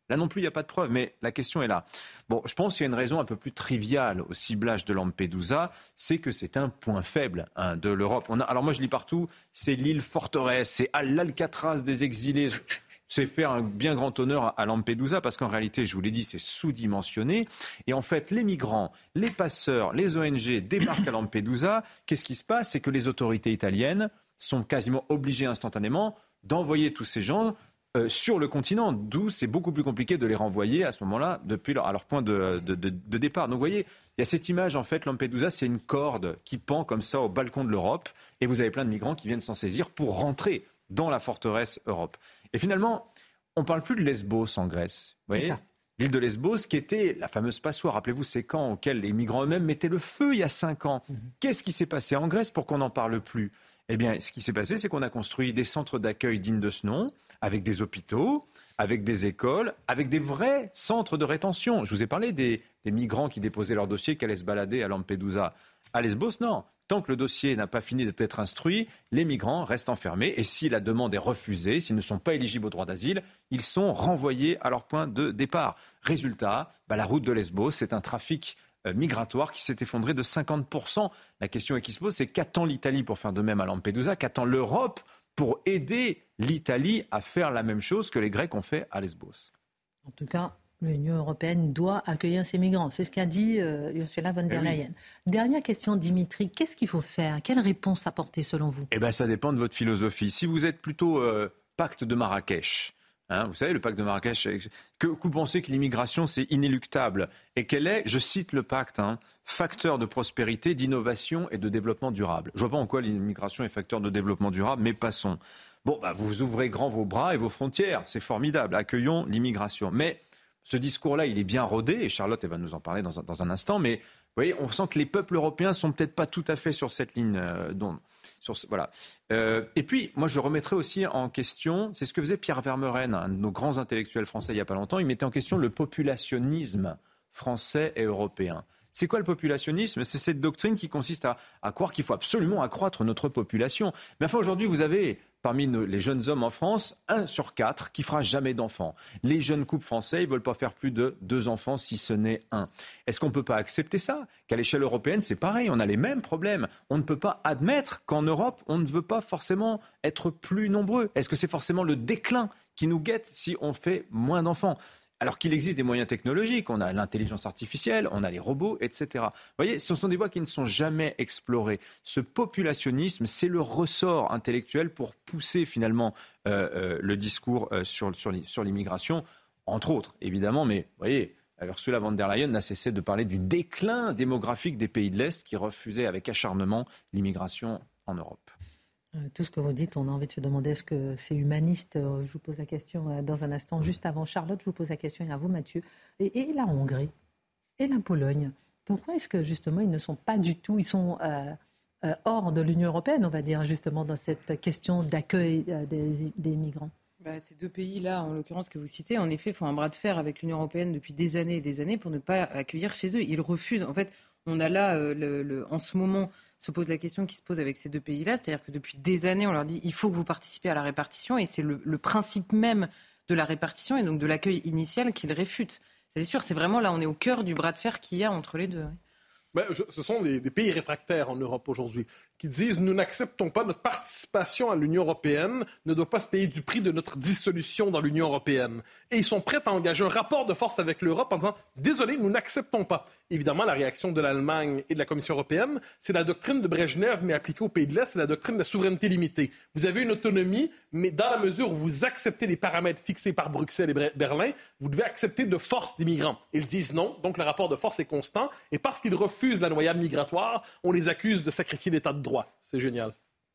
[SPEAKER 6] Là non plus, il n'y a pas de preuve, mais la question est là. Bon, je pense qu'il y a une raison un peu plus triviale au ciblage de Lampedusa, c'est que c'est un point faible hein, de l'Europe. On a, alors moi, je lis partout, c'est l'île forteresse, c'est l'Alcatraz des exilés. C'est faire un bien grand honneur à Lampedusa, parce qu'en réalité, je vous l'ai dit, c'est sous-dimensionné. Et en fait, les migrants, les passeurs, les O N G débarquent à Lampedusa. Qu'est-ce qui se passe ? C'est que les autorités italiennes sont quasiment obligées instantanément d'envoyer tous ces gens Euh, sur le continent, d'où c'est beaucoup plus compliqué de les renvoyer à ce moment-là depuis leur, à leur point de, de, de, de départ. Donc vous voyez, il y a cette image, en fait, Lampedusa, c'est une corde qui pend comme ça au balcon de l'Europe, et vous avez plein de migrants qui viennent s'en saisir pour rentrer dans la forteresse Europe. Et finalement, on ne parle plus de Lesbos en Grèce. Vous voyez, l'île de Lesbos, qui était la fameuse passoire, rappelez-vous, ces camps auxquels les migrants eux-mêmes mettaient le feu il y a cinq ans. Mmh. Qu'est-ce qui s'est passé en Grèce pour qu'on n'en parle plus ? Eh bien, ce qui s'est passé, c'est qu'on a construit des centres d'accueil dignes de ce nom, avec des hôpitaux, avec des écoles, avec des vrais centres de rétention. Je vous ai parlé des, des migrants qui déposaient leur dossier, qui allaient se balader à Lampedusa. À Lesbos, non. Tant que le dossier n'a pas fini d'être instruit, les migrants restent enfermés. Et si la demande est refusée, s'ils ne sont pas éligibles au droit d'asile, ils sont renvoyés à leur point de départ. Résultat, bah, la route de Lesbos, c'est un trafic migratoire qui s'est effondré de cinquante pour cent. La question qui se pose, c'est qu'attend l'Italie pour faire de même à Lampedusa ? Qu'attend l'Europe pour aider l'Italie à faire la même chose que les Grecs ont fait à Lesbos ?
[SPEAKER 4] En tout cas, l'Union européenne doit accueillir ces migrants. C'est ce qu'a dit euh, Ursula von der Leyen. Oui. Dernière question, Dimitri. Qu'est-ce qu'il faut faire ? Quelle réponse apporter selon vous ?
[SPEAKER 6] Eh bien, ça dépend de votre philosophie. Si vous êtes plutôt euh, pacte de Marrakech, Hein, vous savez, le pacte de Marrakech, que, que vous pensez que l'immigration, c'est inéluctable et qu'elle est, je cite le pacte, hein, facteur de prospérité, d'innovation et de développement durable. Je ne vois pas en quoi l'immigration est facteur de développement durable, mais passons. Bon, bah, vous ouvrez grand vos bras et vos frontières, c'est formidable, accueillons l'immigration. Mais ce discours-là, il est bien rodé, et Charlotte, elle va nous en parler dans un, dans un instant, mais vous voyez, on sent que les peuples européens sont peut-être pas tout à fait sur cette ligne euh, d'onde. Sur ce, voilà. Euh, et puis, moi, je remettrais aussi en question, c'est ce que faisait Pierre Vermeuren, un de nos grands intellectuels français il n'y a pas longtemps, il mettait en question le populationnisme français et européen. C'est quoi le populationnisme ? C'est cette doctrine qui consiste à, à croire qu'il faut absolument accroître notre population. Mais enfin, aujourd'hui, vous avez parmi nos, les jeunes hommes en France, un sur quatre qui fera jamais d'enfants. Les jeunes couples français, ils ne veulent pas faire plus de deux enfants, si ce n'est un. Est-ce qu'on ne peut pas accepter ça ? Qu'à l'échelle européenne, c'est pareil, on a les mêmes problèmes. On ne peut pas admettre qu'en Europe, on ne veut pas forcément être plus nombreux. Est-ce que c'est forcément le déclin qui nous guette si on fait moins d'enfants ? Alors qu'il existe des moyens technologiques, on a l'intelligence artificielle, on a les robots, et cetera. Vous voyez, ce sont des voies qui ne sont jamais explorées. Ce populationnisme, c'est le ressort intellectuel pour pousser finalement euh, euh, le discours euh, sur, sur, sur l'immigration, entre autres, évidemment. Mais vous voyez, Ursula von der Leyen n'a cessé de parler du déclin démographique des pays de l'Est qui refusaient avec acharnement l'immigration en Europe.
[SPEAKER 4] Tout ce que vous dites, on a envie de se demander est-ce que c'est humaniste ? Je vous pose la question dans un instant. Juste avant, Charlotte, je vous pose la question, et à vous, Mathieu. Et, et la Hongrie ? Et la Pologne ? Pourquoi est-ce que, justement, ils ne sont pas du tout... Ils sont euh, euh, hors de l'Union européenne, on va dire, justement, dans cette question d'accueil euh, des, des migrants ?
[SPEAKER 7] Bah, ces deux pays-là, en l'occurrence que vous citez, en effet, font un bras de fer avec l'Union européenne depuis des années et des années pour ne pas accueillir chez eux. Ils refusent. En fait, on a là, euh, le, le, en ce moment... se pose la question qui se pose avec ces deux pays-là, c'est-à-dire que depuis des années, on leur dit il faut que vous participiez à la répartition, et c'est le, le principe même de la répartition et donc de l'accueil initial qu'ils réfutent. C'est sûr, c'est vraiment là, on est au cœur du bras de fer qu'il y a entre les deux.
[SPEAKER 5] Ben, je, ce sont les, des pays réfractaires en Europe aujourd'hui qui disent nous n'acceptons pas notre participation à l'Union européenne ne doit pas se payer du prix de notre dissolution dans l'Union européenne. Et ils sont prêts à engager un rapport de force avec l'Europe en disant désolé, nous n'acceptons pas. Évidemment, la réaction de l'Allemagne et de la Commission européenne, c'est la doctrine de Brejnev, mais appliquée aux pays de l'Est, c'est la doctrine de la souveraineté limitée. Vous avez une autonomie, mais dans la mesure où vous acceptez les paramètres fixés par Bruxelles et Berlin, vous devez accepter de force des migrants. Ils disent non, donc le rapport de force est constant, et parce qu'ils refusent la noyade migratoire, on les accuse de sacrifier l'état de droit. C'est génial.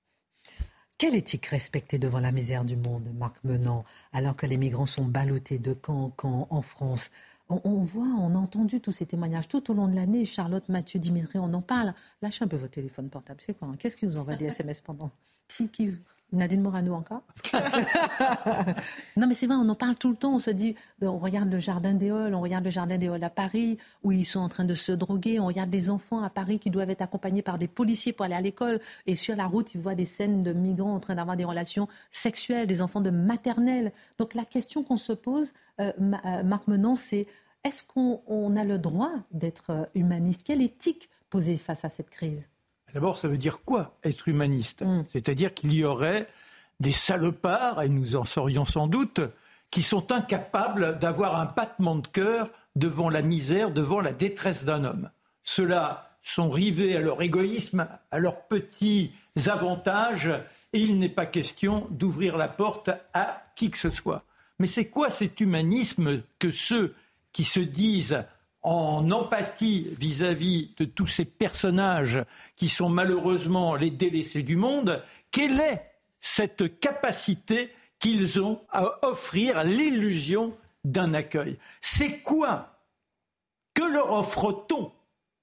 [SPEAKER 4] Quelle éthique respecter devant la misère du monde, Marc Menant, alors que les migrants sont ballottés de camp en camp en France ? On, on voit, on a entendu tous ces témoignages tout au long de l'année. Charlotte, Mathieu, Dimitri, on en parle. Lâchez un peu votre téléphone portable. C'est quoi hein ? Qu'est-ce qui vous envoie des S M S pendant qui, qui... Nadine Morano encore. Non mais c'est vrai, on en parle tout le temps, on se dit, on regarde le Jardin des Halles, on regarde le Jardin des Halles à Paris, où ils sont en train de se droguer, on regarde les enfants à Paris qui doivent être accompagnés par des policiers pour aller à l'école, et sur la route, ils voient des scènes de migrants en train d'avoir des relations sexuelles, des enfants de maternelle. Donc la question qu'on se pose, euh, Marc Menon, c'est est-ce qu'on on a le droit d'être humaniste ? Quelle éthique poser face à cette crise ?
[SPEAKER 2] D'abord, ça veut dire quoi, être humaniste ? mmh. C'est-à-dire qu'il y aurait des salopards, et nous en serions sans doute, qui sont incapables d'avoir un battement de cœur devant la misère, devant la détresse d'un homme. Ceux-là sont rivés à leur égoïsme, à leurs petits avantages, et il n'est pas question d'ouvrir la porte à qui que ce soit. Mais c'est quoi cet humanisme que ceux qui se disent en empathie vis-à-vis de tous ces personnages qui sont malheureusement les délaissés du monde, quelle est cette capacité qu'ils ont à offrir l'illusion d'un accueil ? C'est quoi ? Que leur offre-t-on ?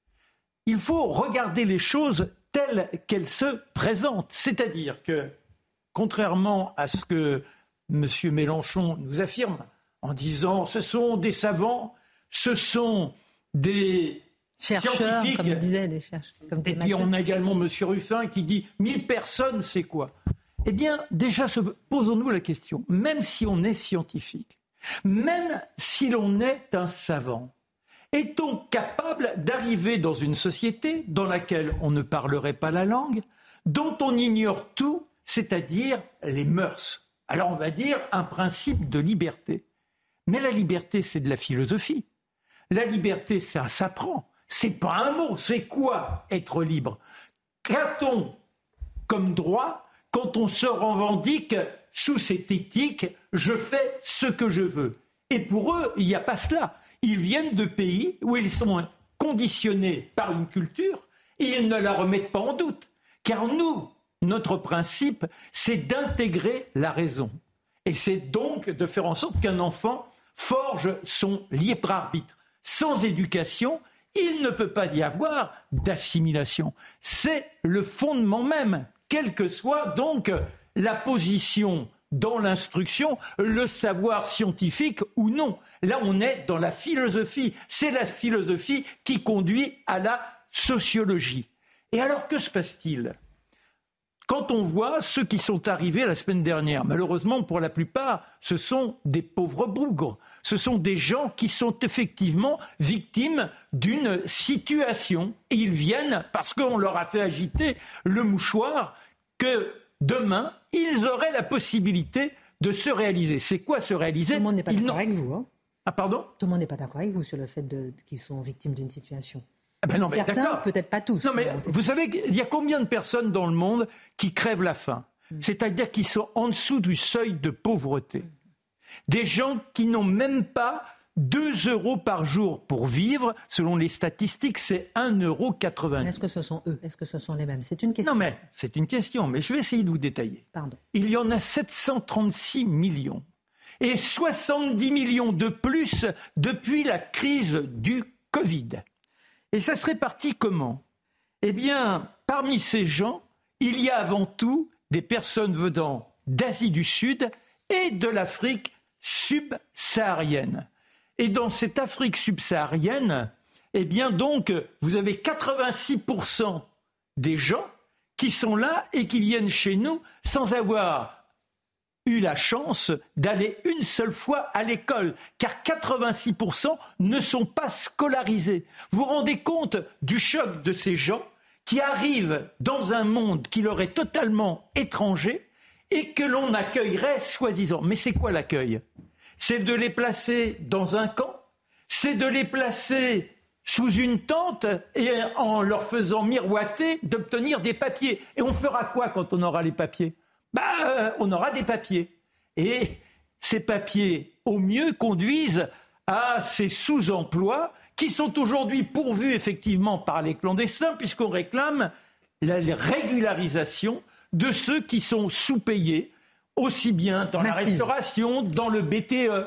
[SPEAKER 2] Il faut regarder les choses telles qu'elles se présentent. C'est-à-dire que, contrairement à ce que M. Mélenchon nous affirme en disant « ce sont des savants », ce sont des
[SPEAKER 4] chercheurs,
[SPEAKER 2] scientifiques.
[SPEAKER 4] Comme disait, des chercheurs. Comme
[SPEAKER 2] Et puis on a également M. Ruffin qui dit « mille personnes, c'est quoi ?» Eh bien, déjà, posons-nous la question. Même si on est scientifique, même si l'on est un savant, est-on capable d'arriver dans une société dans laquelle on ne parlerait pas la langue, dont on ignore tout, c'est-à-dire les mœurs ? Alors on va dire un principe de liberté. Mais la liberté, c'est de la philosophie. La liberté, ça s'apprend. C'est pas un mot. C'est quoi être libre ? Qu'a-t-on comme droit quand on se revendique sous cette éthique « je fais ce que je veux ». Et pour eux, il n'y a pas cela. Ils viennent de pays où ils sont conditionnés par une culture et ils ne la remettent pas en doute. Car nous, notre principe, c'est d'intégrer la raison. Et c'est donc de faire en sorte qu'un enfant forge son libre arbitre. Sans éducation, il ne peut pas y avoir d'assimilation. C'est le fondement même, quelle que soit donc la position dans l'instruction, le savoir scientifique ou non. Là, on est dans la philosophie. C'est la philosophie qui conduit à la sociologie. Et alors, que se passe-t-il ? Quand on voit ceux qui sont arrivés la semaine dernière, malheureusement pour la plupart, ce sont des pauvres bougres. Ce sont des gens qui sont effectivement victimes d'une situation. Et ils viennent parce qu'on leur a fait agiter le mouchoir que demain, ils auraient la possibilité de se réaliser. C'est quoi se réaliser ?
[SPEAKER 4] Tout le monde n'est pas d'accord avec vous. Hein.
[SPEAKER 2] Ah pardon ?
[SPEAKER 4] Tout le monde n'est pas d'accord avec vous sur le fait de, qu'ils sont victimes d'une situation.
[SPEAKER 2] Ah ben non, mais
[SPEAKER 4] certains,
[SPEAKER 2] d'accord.
[SPEAKER 4] peut-être pas tous.
[SPEAKER 2] Non, mais vous savez qu'il y a combien de personnes dans le monde qui crèvent la faim ? mmh. C'est-à-dire qui sont en dessous du seuil de pauvreté. Des gens qui n'ont même pas deux euros par jour pour vivre. Selon les statistiques, c'est un euro quatre-vingt-dix.
[SPEAKER 4] Est-ce que ce sont eux ? Est-ce que ce sont les mêmes ? C'est une question.
[SPEAKER 2] Non, mais c'est une question, mais je vais essayer de vous détailler.
[SPEAKER 4] Pardon.
[SPEAKER 2] Il y en a sept cent trente-six millions. Et soixante-dix millions de plus depuis la crise du Covid. Et ça se répartit comment ? Eh bien, parmi ces gens, il y a avant tout des personnes venant d'Asie du Sud et de l'Afrique subsaharienne. Et dans cette Afrique subsaharienne, eh bien donc, vous avez quatre-vingt-six pour cent des gens qui sont là et qui viennent chez nous sans avoir eu la chance d'aller une seule fois à l'école, car quatre-vingt-six pour cent ne sont pas scolarisés. Vous vous rendez compte du choc de ces gens qui arrivent dans un monde qui leur est totalement étranger et que l'on accueillerait soi-disant. Mais c'est quoi l'accueil ? C'est de les placer dans un camp, c'est de les placer sous une tente et en leur faisant miroiter d'obtenir des papiers. Et on fera quoi quand on aura les papiers ? Bah, euh, on aura des papiers. Et ces papiers, au mieux, conduisent à ces sous-emplois qui sont aujourd'hui pourvus effectivement par les clandestins, puisqu'on réclame la régularisation de ceux qui sont sous-payés, aussi bien dans Massive. La restauration, dans le B T E.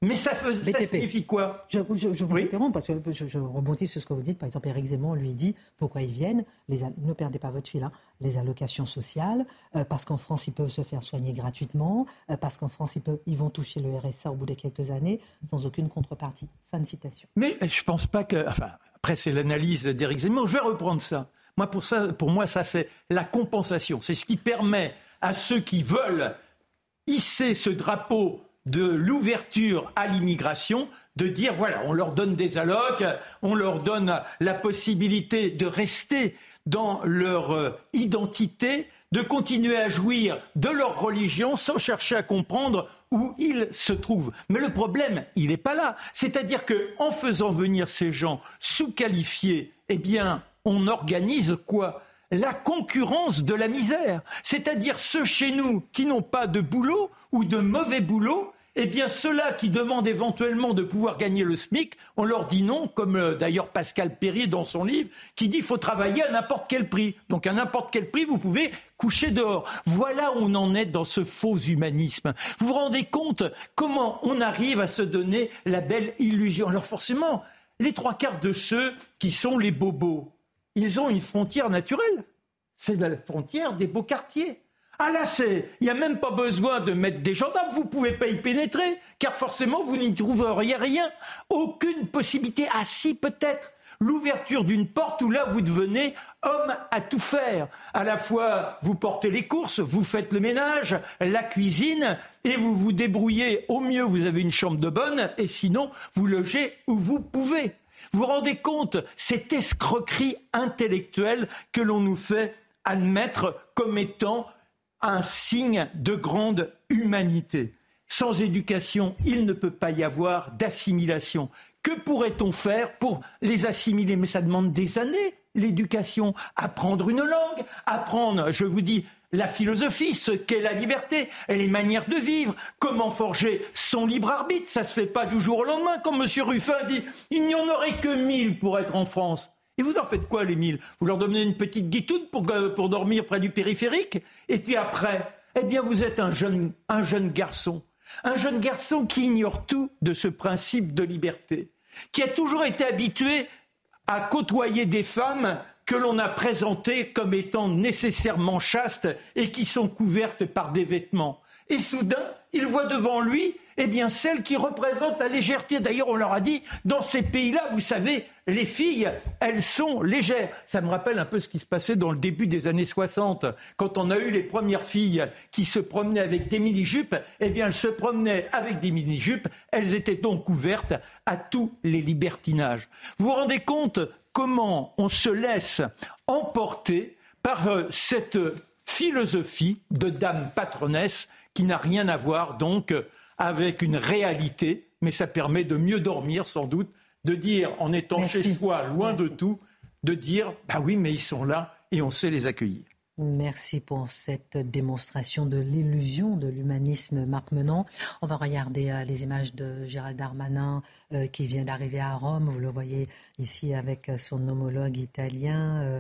[SPEAKER 2] Mais ça, fait, ça signifie quoi?
[SPEAKER 4] Je, je, je vous
[SPEAKER 2] oui.
[SPEAKER 4] interromps parce que je, je rebondis sur ce que vous dites. Par exemple, Éric Zemmour lui dit pourquoi ils viennent. Les, ne perdez pas votre fil, hein, les allocations sociales, euh, parce qu'en France, ils peuvent se faire soigner gratuitement, euh, parce qu'en France, ils, peuvent, ils vont toucher le R S A au bout de quelques années, sans aucune contrepartie. Fin de citation.
[SPEAKER 2] Mais je ne pense pas que... Enfin, après, c'est l'analyse d'Éric Zemmour. Je vais reprendre ça. Moi, pour, ça, pour moi, ça, c'est la compensation. C'est ce qui permet à ceux qui veulent hisser ce drapeau de l'ouverture à l'immigration, de dire, voilà, on leur donne des allocs, on leur donne la possibilité de rester dans leur euh, identité, de continuer à jouir de leur religion sans chercher à comprendre où ils se trouvent. Mais le problème, il n'est pas là. C'est-à-dire qu'en faisant venir ces gens sous-qualifiés, eh bien, on organise quoi ? La concurrence de la misère. C'est-à-dire ceux chez nous qui n'ont pas de boulot ou de mauvais boulot, eh bien ceux-là qui demandent éventuellement de pouvoir gagner le SMIC, on leur dit non, comme euh, d'ailleurs Pascal Perrier dans son livre, qui dit qu'il faut travailler à n'importe quel prix. Donc à n'importe quel prix, vous pouvez coucher dehors. Voilà où on en est dans ce faux humanisme. Vous vous rendez compte comment on arrive à se donner la belle illusion? Alors forcément, les trois quarts de ceux qui sont les bobos, ils ont une frontière naturelle. C'est la frontière des beaux quartiers. Ah là, c'est, il n'y a même pas besoin de mettre des gendarmes, vous ne pouvez pas y pénétrer, car forcément, vous n'y trouveriez rien. Aucune possibilité. Ah si, peut-être, l'ouverture d'une porte où là, vous devenez homme à tout faire. À la fois, vous portez les courses, vous faites le ménage, la cuisine, et vous vous débrouillez. Au mieux, vous avez une chambre de bonne, et sinon, vous logez où vous pouvez. Vous vous rendez compte, cette escroquerie intellectuelle que l'on nous fait admettre comme étant un signe de grande humanité. Sans éducation, il ne peut pas y avoir d'assimilation. Que pourrait-on faire pour les assimiler? Mais ça demande des années, l'éducation. Apprendre une langue, apprendre, je vous dis, la philosophie, ce qu'est la liberté, et les manières de vivre, comment forger son libre arbitre. Ça ne se fait pas du jour au lendemain, comme M. Ruffin dit. Il n'y en aurait que mille pour être en France. Et vous en faites quoi, les mille? Vous leur donnez une petite guitoune pour, pour dormir près du périphérique? Et puis après, eh bien, vous êtes un jeune, un jeune garçon. Un jeune garçon qui ignore tout de ce principe de liberté, qui a toujours été habitué à côtoyer des femmes que l'on a présentées comme étant nécessairement chastes et qui sont couvertes par des vêtements. Et soudain, il voit devant lui, eh bien, celle qui représente la légèreté. D'ailleurs, on leur a dit, dans ces pays-là, vous savez, les filles, elles sont légères. Ça me rappelle un peu ce qui se passait dans le début des années soixante, quand on a eu les premières filles qui se promenaient avec des mini-jupes. Eh bien, elles se promenaient avec des mini-jupes. Elles étaient donc ouvertes à tous les libertinages. Vous vous rendez compte comment on se laisse emporter par euh, cette philosophie de dame patronnesse qui n'a rien à voir donc avec une réalité, mais ça permet de mieux dormir sans doute, de dire en étant Merci. Chez soi, loin Merci. De tout, de dire bah oui mais ils sont là et on sait les accueillir.
[SPEAKER 4] Merci pour cette démonstration de l'illusion de l'humanisme, Marc Menant. On va regarder euh, les images de Gérald Darmanin euh, qui vient d'arriver à Rome. Vous le voyez ici avec son homologue italien, euh,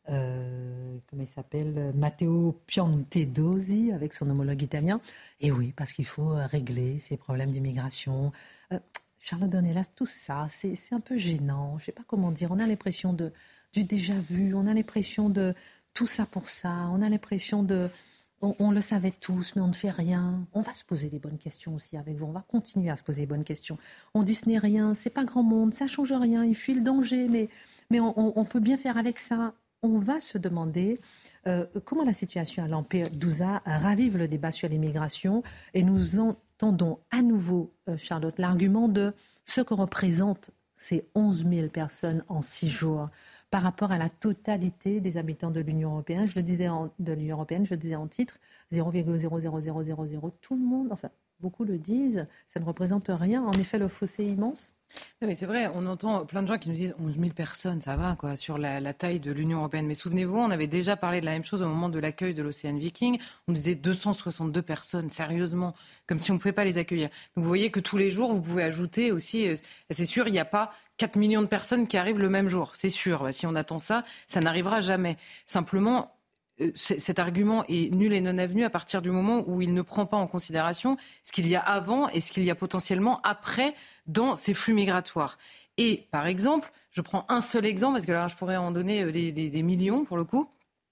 [SPEAKER 4] euh, comment il s'appelle, Matteo Piantedosi, avec son homologue italien. Et oui, parce qu'il faut régler ces problèmes d'immigration. Euh, Charlotte Dornelas, tout ça, c'est, c'est un peu gênant. Je ne sais pas comment dire. On a l'impression de, du déjà-vu, on a l'impression de... Tout ça pour ça, on a l'impression de... On, on le savait tous, mais on ne fait rien. On va se poser des bonnes questions aussi avec vous, on va continuer à se poser des bonnes questions. On dit ce n'est rien, c'est pas grand monde, ça change rien, il fuit le danger, mais, mais on, on, on peut bien faire avec ça. On va se demander euh, comment la situation à Lampedusa ravive le débat sur l'immigration, et nous entendons à nouveau, euh, Charlotte, l'argument de ce que représentent ces onze mille personnes en six jours. Par rapport à la totalité des habitants de l'Union européenne. Je le disais en, de l'Union européenne, je le disais en titre, zéro virgule zéro zéro zéro zéro zéro, tout le monde, enfin, beaucoup le disent, ça ne représente rien. En effet, le fossé est immense.
[SPEAKER 7] Non, mais c'est vrai, on entend plein de gens qui nous disent onze mille personnes, ça va, quoi, sur la, la taille de l'Union européenne. Mais souvenez-vous, on avait déjà parlé de la même chose au moment de l'accueil de l'Océan Viking. On disait deux cent soixante-deux personnes, sérieusement, comme si on ne pouvait pas les accueillir. Donc vous voyez que tous les jours, vous pouvez ajouter aussi, euh, c'est sûr, il n'y a pas quatre millions de personnes qui arrivent le même jour, c'est sûr. Si on attend ça, ça n'arrivera jamais. Simplement, cet argument est nul et non avenu à partir du moment où il ne prend pas en considération ce qu'il y a avant et ce qu'il y a potentiellement après dans ces flux migratoires. Et par exemple, je prends un seul exemple, parce que là je pourrais en donner des, des, des millions pour le coup.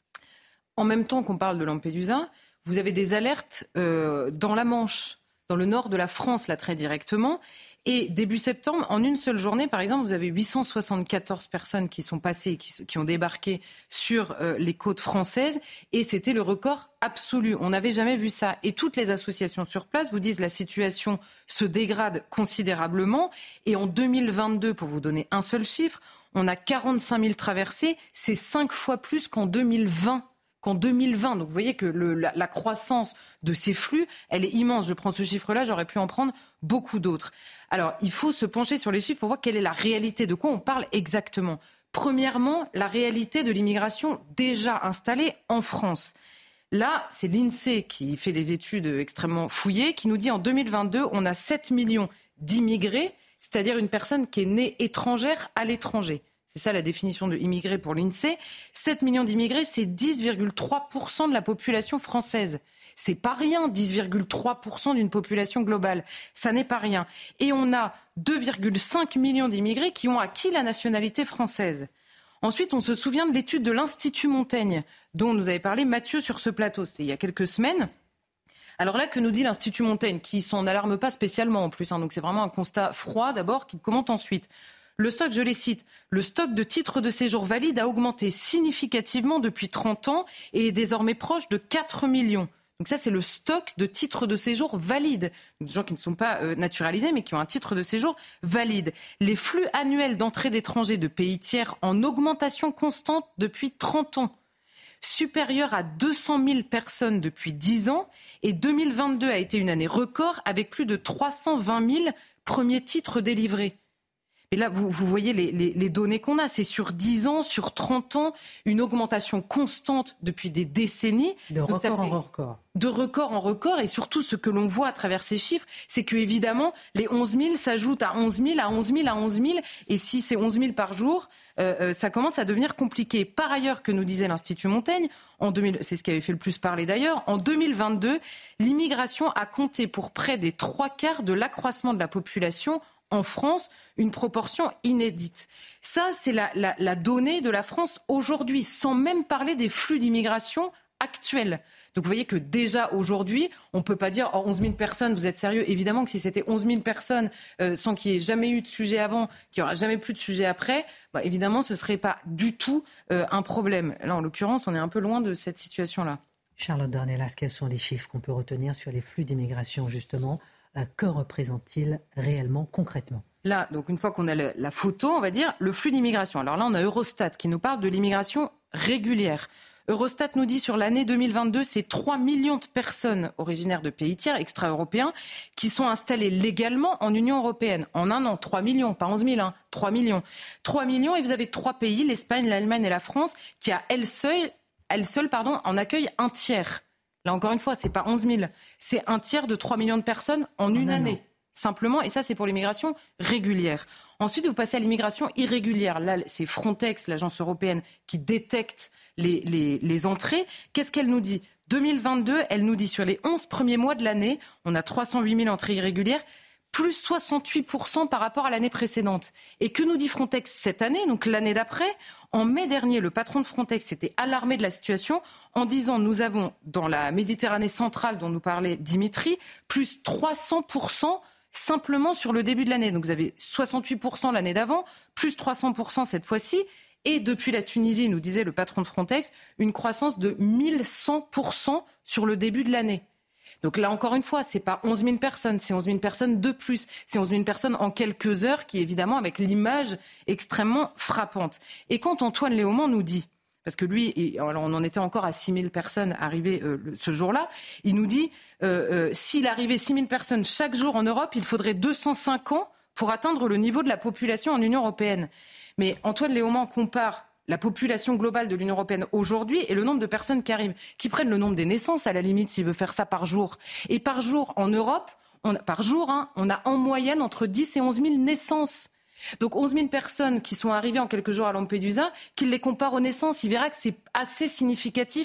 [SPEAKER 7] En même temps qu'on parle de Lampedusa, vous avez des alertes euh, dans la Manche, dans le nord de la France, là très directement. Et début septembre, en une seule journée, par exemple, vous avez huit cent soixante-quatorze personnes qui sont passées, qui, qui ont débarqué sur euh, les côtes françaises. Et c'était le record absolu. On n'avait jamais vu ça. Et toutes les associations sur place vous disent que la situation se dégrade considérablement. Et en deux mille vingt-deux, pour vous donner un seul chiffre, on a quarante-cinq mille traversées. C'est cinq fois plus qu'en deux mille vingt. Qu'en deux mille vingt. Donc vous voyez que le, la, la croissance de ces flux, elle est immense. Je prends ce chiffre-là, j'aurais pu en prendre beaucoup d'autres. Alors, il faut se pencher sur les chiffres pour voir quelle est la réalité, de quoi on parle exactement. Premièrement, la réalité de l'immigration déjà installée en France. Là, c'est l'INSEE qui fait des études extrêmement fouillées, qui nous dit en deux mille vingt-deux, on a sept millions d'immigrés, c'est-à-dire une personne qui est née étrangère à l'étranger. C'est ça la définition de immigré pour l'INSEE. sept millions d'immigrés, c'est dix virgule trois pour cent de la population française. C'est pas rien, dix virgule trois pour cent d'une population globale. Ça n'est pas rien. Et on a deux virgule cinq millions d'immigrés qui ont acquis la nationalité française. Ensuite, on se souvient de l'étude de l'Institut Montaigne, dont nous avait parlé Mathieu sur ce plateau. C'était il y a quelques semaines. Alors là, que nous dit l'Institut Montaigne, qui s'en alarme pas spécialement en plus, hein, donc c'est vraiment un constat froid d'abord, qu'il commente ensuite. Le stock, je les cite, le stock de titres de séjour valides a augmenté significativement depuis trente ans et est désormais proche de quatre millions. Donc ça, c'est le stock de titres de séjour valides. Donc des gens qui ne sont pas euh, naturalisés, mais qui ont un titre de séjour valide. Les flux annuels d'entrée d'étrangers de pays tiers en augmentation constante depuis trente ans. Supérieur à deux cent mille personnes depuis dix ans. Et deux mille vingt-deux a été une année record avec plus de trois cent vingt mille premiers titres délivrés. Et là, vous, vous voyez les, les, les données qu'on a. C'est sur dix ans, sur trente ans, une augmentation constante depuis des décennies.
[SPEAKER 4] De record fait, en record.
[SPEAKER 7] De record en record. Et surtout, ce que l'on voit à travers ces chiffres, c'est que évidemment, les onze mille s'ajoutent à onze mille, à onze mille, à onze mille. Et si c'est onze mille par jour, euh, euh, ça commence à devenir compliqué. Par ailleurs, que nous disait l'Institut Montaigne, en deux mille, c'est ce qui avait fait le plus parler d'ailleurs, en deux mille vingt-deux, l'immigration a compté pour près des trois quarts de l'accroissement de la population en France, une proportion inédite. Ça, c'est la, la, la donnée de la France aujourd'hui, sans même parler des flux d'immigration actuels. Donc vous voyez que déjà aujourd'hui, on ne peut pas dire oh, onze mille personnes, vous êtes sérieux? Évidemment que si c'était onze mille personnes euh, sans qu'il n'y ait jamais eu de sujet avant, qu'il n'y aura jamais plus de sujet après, bah, évidemment ce ne serait pas du tout euh, un problème. Là, en l'occurrence, on est un peu loin de cette situation-là.
[SPEAKER 4] Charlotte Dornelas, quels sont les chiffres qu'on peut retenir sur les flux d'immigration, justement? Euh, que représente-t-il réellement, concrètement?
[SPEAKER 7] Là, donc une fois qu'on a le, la photo, on va dire le flux d'immigration. Alors là, on a Eurostat qui nous parle de l'immigration régulière. Eurostat nous dit sur l'année deux mille vingt-deux, c'est trois millions de personnes originaires de pays tiers, extra-européens, qui sont installées légalement en Union européenne. En un an, trois millions, pas onze mille, hein, trois millions. trois millions et vous avez trois pays, l'Espagne, l'Allemagne et la France, qui à elles seules, elles seules pardon, en accueillent un tiers. Là, encore une fois, c'est pas onze mille, c'est un tiers de trois millions de personnes en une année. Simplement, et ça, c'est pour l'immigration régulière. Ensuite, vous passez à l'immigration irrégulière. Là, c'est Frontex, l'agence européenne, qui détecte les, les, les entrées. Qu'est-ce qu'elle nous dit? deux mille vingt-deux, elle nous dit sur les onze premiers mois de l'année, on a trois cent huit mille entrées irrégulières, plus soixante-huit pour cent par rapport à l'année précédente. Et que nous dit Frontex cette année, donc l'année d'après? En mai dernier, le patron de Frontex s'était alarmé de la situation en disant nous avons, dans la Méditerranée centrale dont nous parlait Dimitri, plus trois cents pour cent simplement sur le début de l'année. Donc vous avez soixante-huit pour cent l'année d'avant, plus trois cents pour cent cette fois-ci. Et depuis la Tunisie, nous disait le patron de Frontex, une croissance de mille cent pour cent sur le début de l'année. Donc là, encore une fois, c'est pas onze mille personnes, c'est onze mille personnes de plus. C'est onze mille personnes en quelques heures qui, évidemment, avec l'image extrêmement frappante. Et quand Antoine Léaumont nous dit, parce que lui, alors on en était encore à six mille personnes arrivées euh, ce jour-là, il nous dit, euh, euh, s'il arrivait six mille personnes chaque jour en Europe, il faudrait deux cent cinq ans pour atteindre le niveau de la population en Union européenne. Mais Antoine Léaumont compare la population globale de l'Union européenne aujourd'hui et le nombre de personnes qui arrivent, qui prennent le nombre des naissances à la limite s'il veut faire ça par jour. Et par jour en Europe, on a, par jour, hein, on a en moyenne entre dix et onze mille naissances. Donc onze mille personnes qui sont arrivées en quelques jours à Lampedusa, qu'il les compare aux naissances, il verra que c'est assez significatif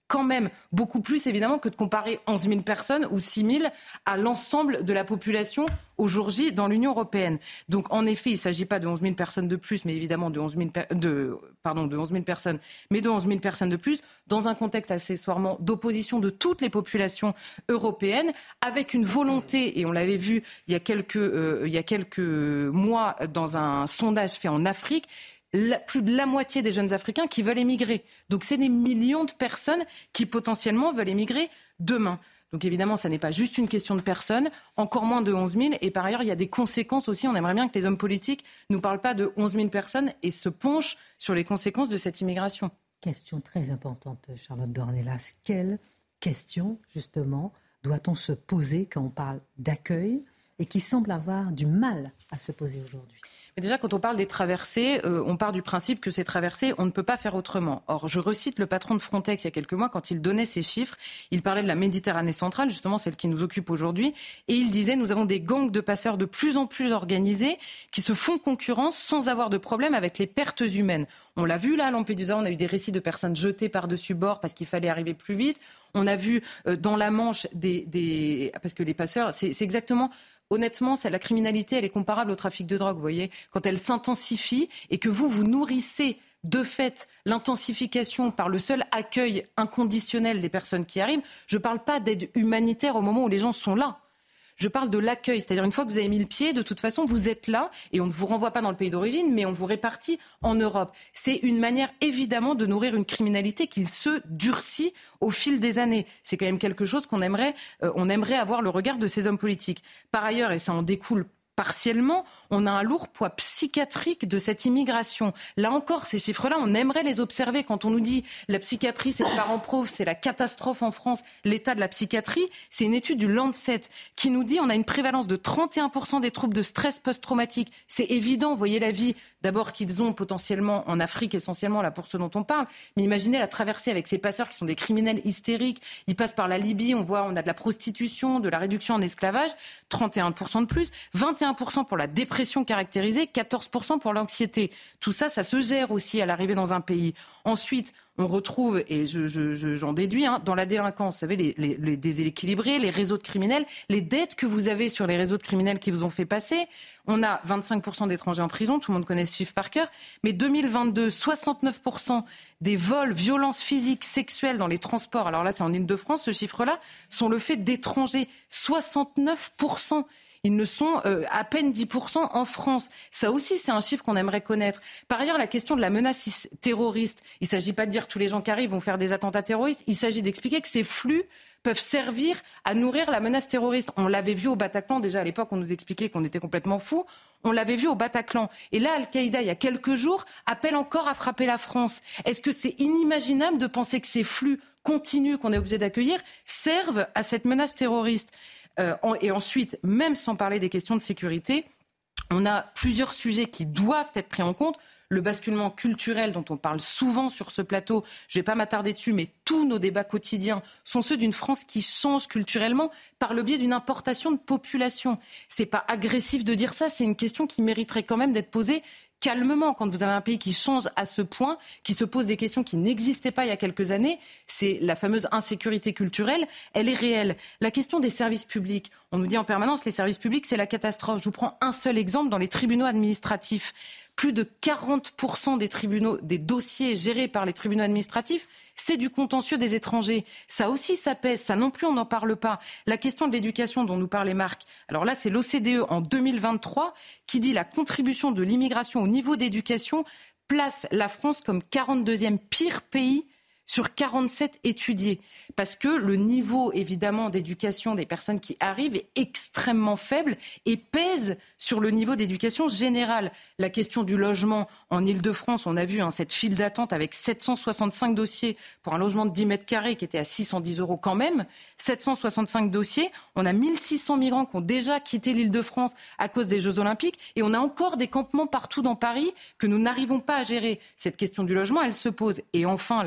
[SPEAKER 7] quand même beaucoup plus, évidemment, que de comparer onze mille personnes ou six mille à l'ensemble de la population au jour J dans l'Union européenne. Donc, en effet, il ne s'agit pas de onze mille personnes de plus, mais évidemment de onze mille, per- de, pardon, de onze mille personnes, mais de onze mille personnes de plus, dans un contexte accessoirement d'opposition de toutes les populations européennes, avec une volonté, et on l'avait vu il y a quelques, euh, il y a quelques mois dans un sondage fait en Afrique, La, plus de la moitié des jeunes Africains qui veulent émigrer. Donc c'est des millions de personnes qui potentiellement veulent émigrer demain. Donc évidemment, ça n'est pas juste une question de personnes, encore moins de onze mille. Et par ailleurs, il y a des conséquences aussi. On aimerait bien que les hommes politiques ne nous parlent pas de onze mille personnes et se penchent sur les conséquences de cette immigration.
[SPEAKER 4] Question très importante, Charlotte Dornelas. Quelle question, justement, doit-on se poser quand on parle d'accueil et qui semble avoir du mal à se poser aujourd'hui ?
[SPEAKER 7] Mais déjà, quand on parle des traversées, euh, on part du principe que ces traversées, on ne peut pas faire autrement. Or, je recite le patron de Frontex il y a quelques mois, quand il donnait ces chiffres, il parlait de la Méditerranée centrale, justement celle qui nous occupe aujourd'hui, et il disait, nous avons des gangs de passeurs de plus en plus organisés qui se font concurrence sans avoir de problème avec les pertes humaines. On l'a vu là à Lampedusa, on a eu des récits de personnes jetées par-dessus bord parce qu'il fallait arriver plus vite. On a vu euh, dans la Manche des, des... Parce que les passeurs, c'est, c'est exactement... Honnêtement, c'est, la criminalité, elle est comparable au trafic de drogue, vous voyez. Quand elle s'intensifie et que vous, vous nourrissez de fait l'intensification par le seul accueil inconditionnel des personnes qui arrivent, je ne parle pas d'aide humanitaire au moment où les gens sont là. Je parle de l'accueil, c'est-à-dire une fois que vous avez mis le pied, de toute façon, vous êtes là et on ne vous renvoie pas dans le pays d'origine, mais on vous répartit en Europe. C'est une manière évidemment de nourrir une criminalité qui se durcit au fil des années. C'est quand même quelque chose qu'on aimerait, euh, on aimerait avoir le regard de ces hommes politiques. Par ailleurs, et ça en découle partiellement, on a un lourd poids psychiatrique de cette immigration. Là encore, ces chiffres-là, on aimerait les observer quand on nous dit la psychiatrie, c'est le parent pauvre, c'est la catastrophe en France, l'état de la psychiatrie. C'est une étude du Lancet qui nous dit on a une prévalence de trente et un pour cent des troubles de stress post-traumatique. C'est évident, vous voyez la vie d'abord qu'ils ont potentiellement en Afrique, essentiellement là pour ceux dont on parle, mais imaginez la traversée avec ces passeurs qui sont des criminels hystériques. Ils passent par la Libye, on voit, on a de la prostitution, de la réduction en esclavage, trente et un pour cent de plus, vingt et un pour cent pour la dépression caractérisée, quatorze pour cent pour l'anxiété. Tout ça, ça se gère aussi à l'arrivée dans un pays. Ensuite, on retrouve, et je, je, je, j'en déduis, hein, dans la délinquance, vous savez, les, les, les déséquilibrés, les réseaux de criminels, les dettes que vous avez sur les réseaux de criminels qui vous ont fait passer. On a vingt-cinq pour cent d'étrangers en prison, tout le monde connaît ce chiffre par cœur, mais deux mille vingt-deux, soixante-neuf pour cent des vols, violences physiques, sexuelles dans les transports, alors là c'est en Île-de-France, ce chiffre-là, sont le fait d'étrangers, soixante-neuf pour cent. Ils ne sont euh, à peine dix pour cent en France. Ça aussi, c'est un chiffre qu'on aimerait connaître. Par ailleurs, la question de la menace terroriste, il ne s'agit pas de dire que tous les gens qui arrivent vont faire des attentats terroristes. Il s'agit d'expliquer que ces flux peuvent servir à nourrir la menace terroriste. On l'avait vu au Bataclan, déjà à l'époque, on nous expliquait qu'on était complètement fous. On l'avait vu au Bataclan. Et là, Al-Qaïda, il y a quelques jours, appelle encore à frapper la France. Est-ce que c'est inimaginable de penser que ces flux continus qu'on est obligé d'accueillir servent à cette menace terroriste ? Euh, et ensuite, même sans parler des questions de sécurité, on a plusieurs sujets qui doivent être pris en compte. Le basculement culturel dont on parle souvent sur ce plateau, je ne vais pas m'attarder dessus, mais tous nos débats quotidiens sont ceux d'une France qui change culturellement par le biais d'une importation de population. Ce n'est pas agressif de dire ça, c'est une question qui mériterait quand même d'être posée calmement. Quand vous avez un pays qui change à ce point, qui se pose des questions qui n'existaient pas il y a quelques années, c'est la fameuse insécurité culturelle, elle est réelle. La question des services publics, on nous dit en permanence les services publics c'est la catastrophe. Je vous prends un seul exemple dans les tribunaux administratifs. Plus de quarante pour cent des tribunaux, des dossiers gérés par les tribunaux administratifs, c'est du contentieux des étrangers. Ça aussi, ça pèse. Ça non plus, on n'en parle pas. La question de l'éducation dont nous parlait Marc. Alors là, c'est l'O C D E en deux mille vingt-trois qui dit la contribution de l'immigration au niveau d'éducation place la France comme quarante-deuxième pire pays sur quarante-sept étudiés. Parce que le niveau, évidemment, d'éducation des personnes qui arrivent est extrêmement faible et pèse sur le niveau d'éducation générale. La question du logement en Île-de-France, on a vu hein, cette file d'attente avec sept cent soixante-cinq dossiers pour un logement de dix mètres carrés qui était à six cent dix euros quand même. sept cent soixante-cinq dossiers. On a mille six cents migrants qui ont déjà quitté l'Île-de-France à cause des Jeux Olympiques. Et on a encore des campements partout dans Paris que nous n'arrivons pas à gérer. Cette question du logement, elle se pose. Et enfin, la question de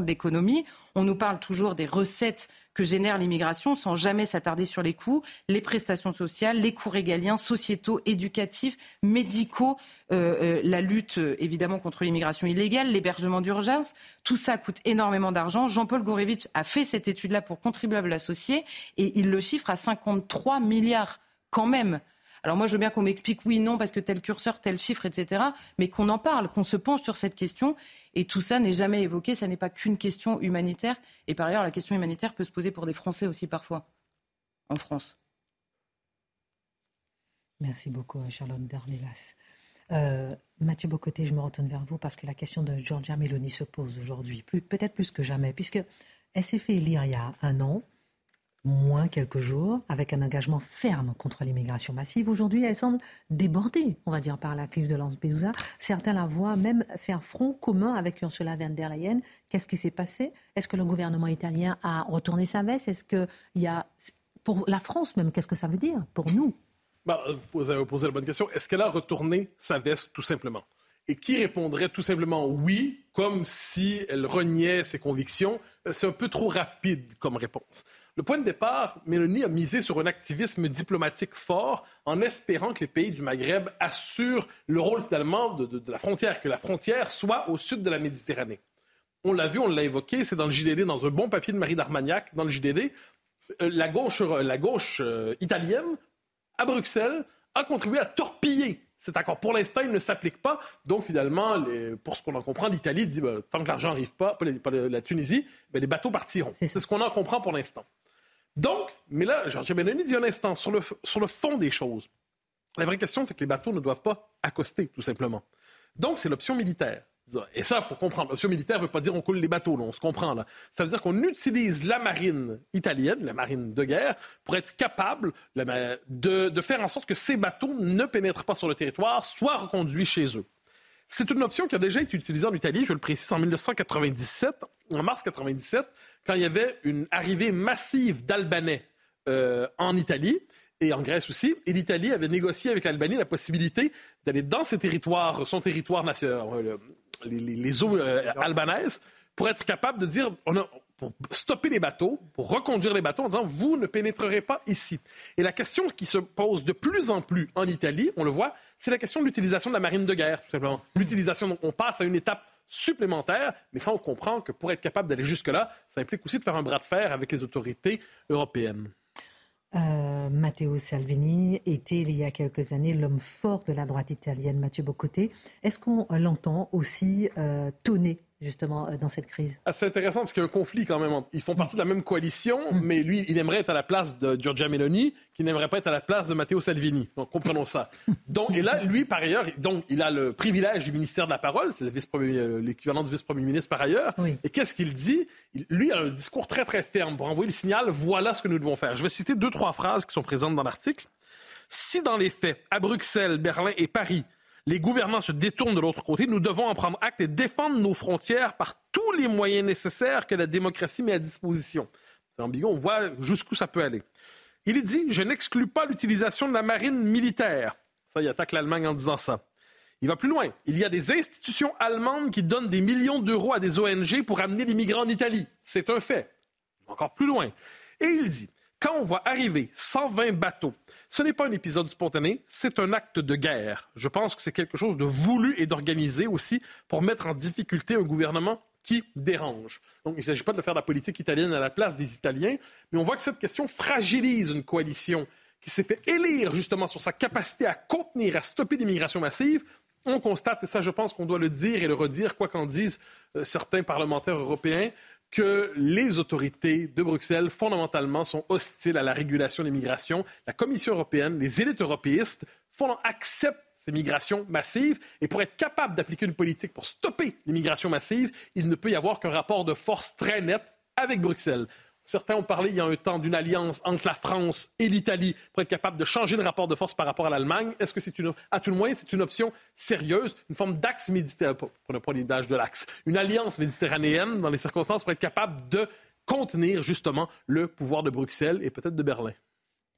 [SPEAKER 7] d'économie. On nous parle toujours des recettes que génère l'immigration sans jamais s'attarder sur les coûts, les prestations sociales, les coûts régaliens, sociétaux, éducatifs, médicaux, euh, euh, la lutte euh, évidemment contre l'immigration illégale, l'hébergement d'urgence. Tout ça coûte énormément d'argent. Jean-Paul Gourevitch a fait cette étude-là pour contribuables associés et il le chiffre à cinquante-trois milliards quand même. Alors moi, je veux bien qu'on m'explique oui, non, parce que tel curseur, tel chiffre, et cetera, mais qu'on en parle, qu'on se penche sur cette question. Et tout ça n'est jamais évoqué, ça n'est pas qu'une question humanitaire. Et par ailleurs, la question humanitaire peut se poser pour des Français aussi parfois, en France.
[SPEAKER 4] Merci beaucoup, Charlotte Dornelas. Euh, Mathieu Bocoté, je me retourne vers vous parce que la question de Giorgia Meloni se pose aujourd'hui, plus, peut-être plus que jamais, puisqu'elle s'est fait élire il y a un an, moins quelques jours, avec un engagement ferme contre l'immigration massive. Aujourd'hui, elle semble débordée, on va dire, par la crise de Lampedusa. Certains la voient même faire front commun avec Ursula von der Leyen. Qu'est-ce qui s'est passé ? Est-ce que le gouvernement italien a retourné sa veste ? Est-ce qu'il y a... Pour la France même, qu'est-ce que ça veut dire pour nous ?
[SPEAKER 5] Bah, vous avez posé la bonne question. Est-ce qu'elle a retourné sa veste, tout simplement ? Et qui répondrait tout simplement oui, comme si elle reniait ses convictions? C'est un peu trop rapide comme réponse. Le point de départ, Meloni a misé sur un activisme diplomatique fort en espérant que les pays du Maghreb assurent le rôle finalement de, de, de la frontière, que la frontière soit au sud de la Méditerranée. On l'a vu, on l'a évoqué, c'est dans le J D D, dans un bon papier de Marie d'Armagnac, dans le J D D, euh, la gauche, la gauche euh, italienne, à Bruxelles, a contribué à torpiller cet accord. Pour l'instant, il ne s'applique pas. Donc, finalement, les, pour ce qu'on en comprend, l'Italie dit ben, tant que l'argent n'arrive pas, pas, les, pas la Tunisie, ben, les bateaux partiront. C'est, C'est ce qu'on en comprend pour l'instant. Donc, mais là, Giorgia Meloni dit un instant, sur le, sur le fond des choses, la vraie question, c'est que les bateaux ne doivent pas accoster, tout simplement. Donc, c'est l'option militaire. Et ça, il faut comprendre. L'option militaire ne veut pas dire on coule les bateaux, là, on se comprend. Là. Ça veut dire qu'on utilise la marine italienne, la marine de guerre, pour être capable de, de faire en sorte que ces bateaux ne pénètrent pas sur le territoire, soient reconduits chez eux. C'est une option qui a déjà été utilisée en Italie, je le précise, en dix-neuf cent quatre-vingt-dix-sept, en mars quatre-vingt-dix-sept, quand il y avait une arrivée massive d'Albanais euh, en Italie et en Grèce aussi. Et l'Italie avait négocié avec l'Albanie la possibilité d'aller dans ses territoires, son territoire national, euh, les, les, les eaux euh, albanaises, pour être capable de dire, on a, pour stopper les bateaux, pour reconduire les bateaux en disant, vous ne pénétrerez pas ici. Et la question qui se pose de plus en plus en Italie, on le voit, c'est la question de l'utilisation de la marine de guerre, tout simplement. L'utilisation, donc on passe à une étape supplémentaire, mais ça, on comprend que pour être capable d'aller jusque-là, ça implique aussi de faire un bras de fer avec les autorités européennes.
[SPEAKER 4] Euh, Matteo Salvini était, il y a quelques années, l'homme fort de la droite italienne, Mathieu Bocoté. Est-ce qu'on l'entend aussi euh, tonner justement dans cette crise?
[SPEAKER 5] Ah, c'est intéressant parce qu'il y a un conflit quand même. Ils font partie de la même coalition, mmh. mais lui, il aimerait être à la place de Giorgia Meloni, qui n'aimerait pas être à la place de Matteo Salvini. Donc, comprenons ça. Donc, et là, lui, par ailleurs, donc, il a le privilège du ministère de la parole, c'est le vice-premier, l'équivalent du vice-premier ministre par ailleurs. Oui. Et qu'est-ce qu'il dit? Lui, il a un discours très, très ferme pour envoyer le signal, voilà ce que nous devons faire. Je vais citer deux, trois phrases qui sont présentes dans l'article. Si dans les faits, à Bruxelles, Berlin et Paris, les gouvernants se détournent de l'autre côté, nous devons en prendre acte et défendre nos frontières par tous les moyens nécessaires que la démocratie met à disposition. C'est ambigu, on voit jusqu'où ça peut aller. Il dit « Je n'exclus pas l'utilisation de la marine militaire ». Ça, il attaque l'Allemagne en disant ça. Il va plus loin. Il y a des institutions allemandes qui donnent des millions d'euros à des O N G pour amener les migrants en Italie. C'est un fait. Encore plus loin. Et il dit « Quand on voit arriver cent vingt bateaux, ce n'est pas un épisode spontané, c'est un acte de guerre. Je pense que c'est quelque chose de voulu et d'organisé aussi pour mettre en difficulté un gouvernement qui dérange. » Donc, il ne s'agit pas de faire de la politique italienne à la place des Italiens, mais on voit que cette question fragilise une coalition qui s'est fait élire justement sur sa capacité à contenir, à stopper l'immigration massive. On constate, et ça je pense qu'on doit le dire et le redire, quoi qu'en disent euh, certains parlementaires européens, que les autorités de Bruxelles, fondamentalement, sont hostiles à la régulation des migrations. La Commission européenne, les élites européistes acceptent ces migrations massives. Et pour être capable d'appliquer une politique pour stopper l'immigration massive, il ne peut y avoir qu'un rapport de force très net avec Bruxelles. Certains ont parlé il y a un temps d'une alliance entre la France et l'Italie pour être capable de changer le rapport de force par rapport à l'Allemagne. Est-ce que c'est une, à tout le moins, c'est une option sérieuse, une forme d'axe méditerranéen, prenons pas l'image de l'axe, une alliance méditerranéenne dans les circonstances pour être capable de contenir justement le pouvoir de Bruxelles et peut-être de Berlin?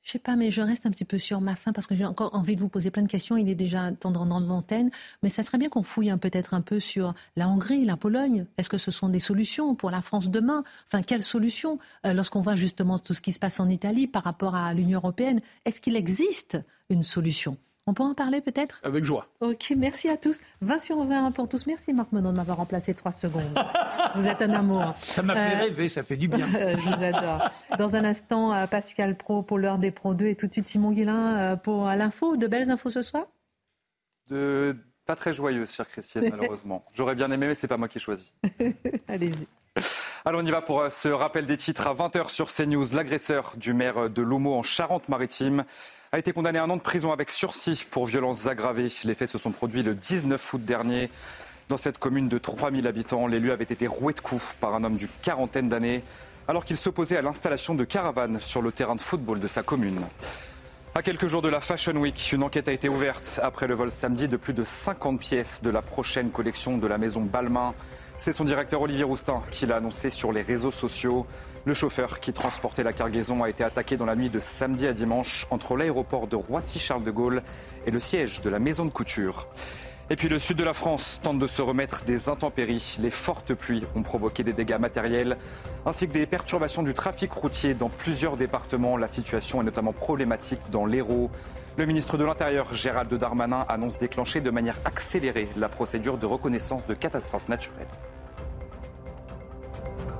[SPEAKER 4] Je sais pas, mais je reste un petit peu sur ma faim parce que j'ai encore envie de vous poser plein de questions. Il est déjà temps dans l'antenne, mais ça serait bien qu'on fouille un, peut-être un peu sur la Hongrie, la Pologne. Est-ce que ce sont des solutions pour la France demain ? Enfin, quelles solutions euh, lorsqu'on voit justement tout ce qui se passe en Italie par rapport à l'Union européenne ? Est-ce qu'il existe une solution ? On peut en parler peut-être ?
[SPEAKER 5] Avec joie.
[SPEAKER 4] Ok, merci à tous. vingt sur vingt pour tous. Merci Marc Menon de m'avoir remplacé trois secondes. Vous êtes un amour.
[SPEAKER 2] Ça m'a fait
[SPEAKER 4] Euh,
[SPEAKER 2] rêver, ça fait du bien.
[SPEAKER 4] Je vous adore. Dans un instant, euh, Pascal Pro pour l'heure des Pro deux et tout de suite Simon Guillain euh, pour euh, l'info. De belles infos ce soir ?
[SPEAKER 3] De... Pas très joyeuse, chère Christiane, malheureusement. J'aurais bien aimé, mais c'est pas moi qui ai choisi.
[SPEAKER 4] Allez-y.
[SPEAKER 3] Alors on y va pour ce rappel des titres à vingt heures sur CNews. L'agresseur du maire de Lomo en Charente-Maritime a été condamné à un an de prison avec sursis pour violences aggravées. Les faits se sont produits le dix-neuf août dernier. Dans cette commune de trois mille habitants, l'élu avait été roué de coups par un homme d'une quarantaine d'années alors qu'il s'opposait à l'installation de caravanes sur le terrain de football de sa commune. À quelques jours de la Fashion Week, une enquête a été ouverte après le vol samedi de plus de cinquante pièces de la prochaine collection de la maison Balmain. C'est son directeur Olivier Roustin qui l'a annoncé sur les réseaux sociaux. Le chauffeur qui transportait la cargaison a été attaqué dans la nuit de samedi à dimanche entre l'aéroport de Roissy-Charles de Gaulle et le siège de la maison de couture. Et puis le sud de la France tente de se remettre des intempéries. Les fortes pluies ont provoqué des dégâts matériels ainsi que des perturbations du trafic routier dans plusieurs départements. La situation est notamment problématique dans l'Hérault. Le ministre de l'Intérieur, Gérald Darmanin, annonce déclencher de manière accélérée la procédure de reconnaissance de catastrophes naturelles.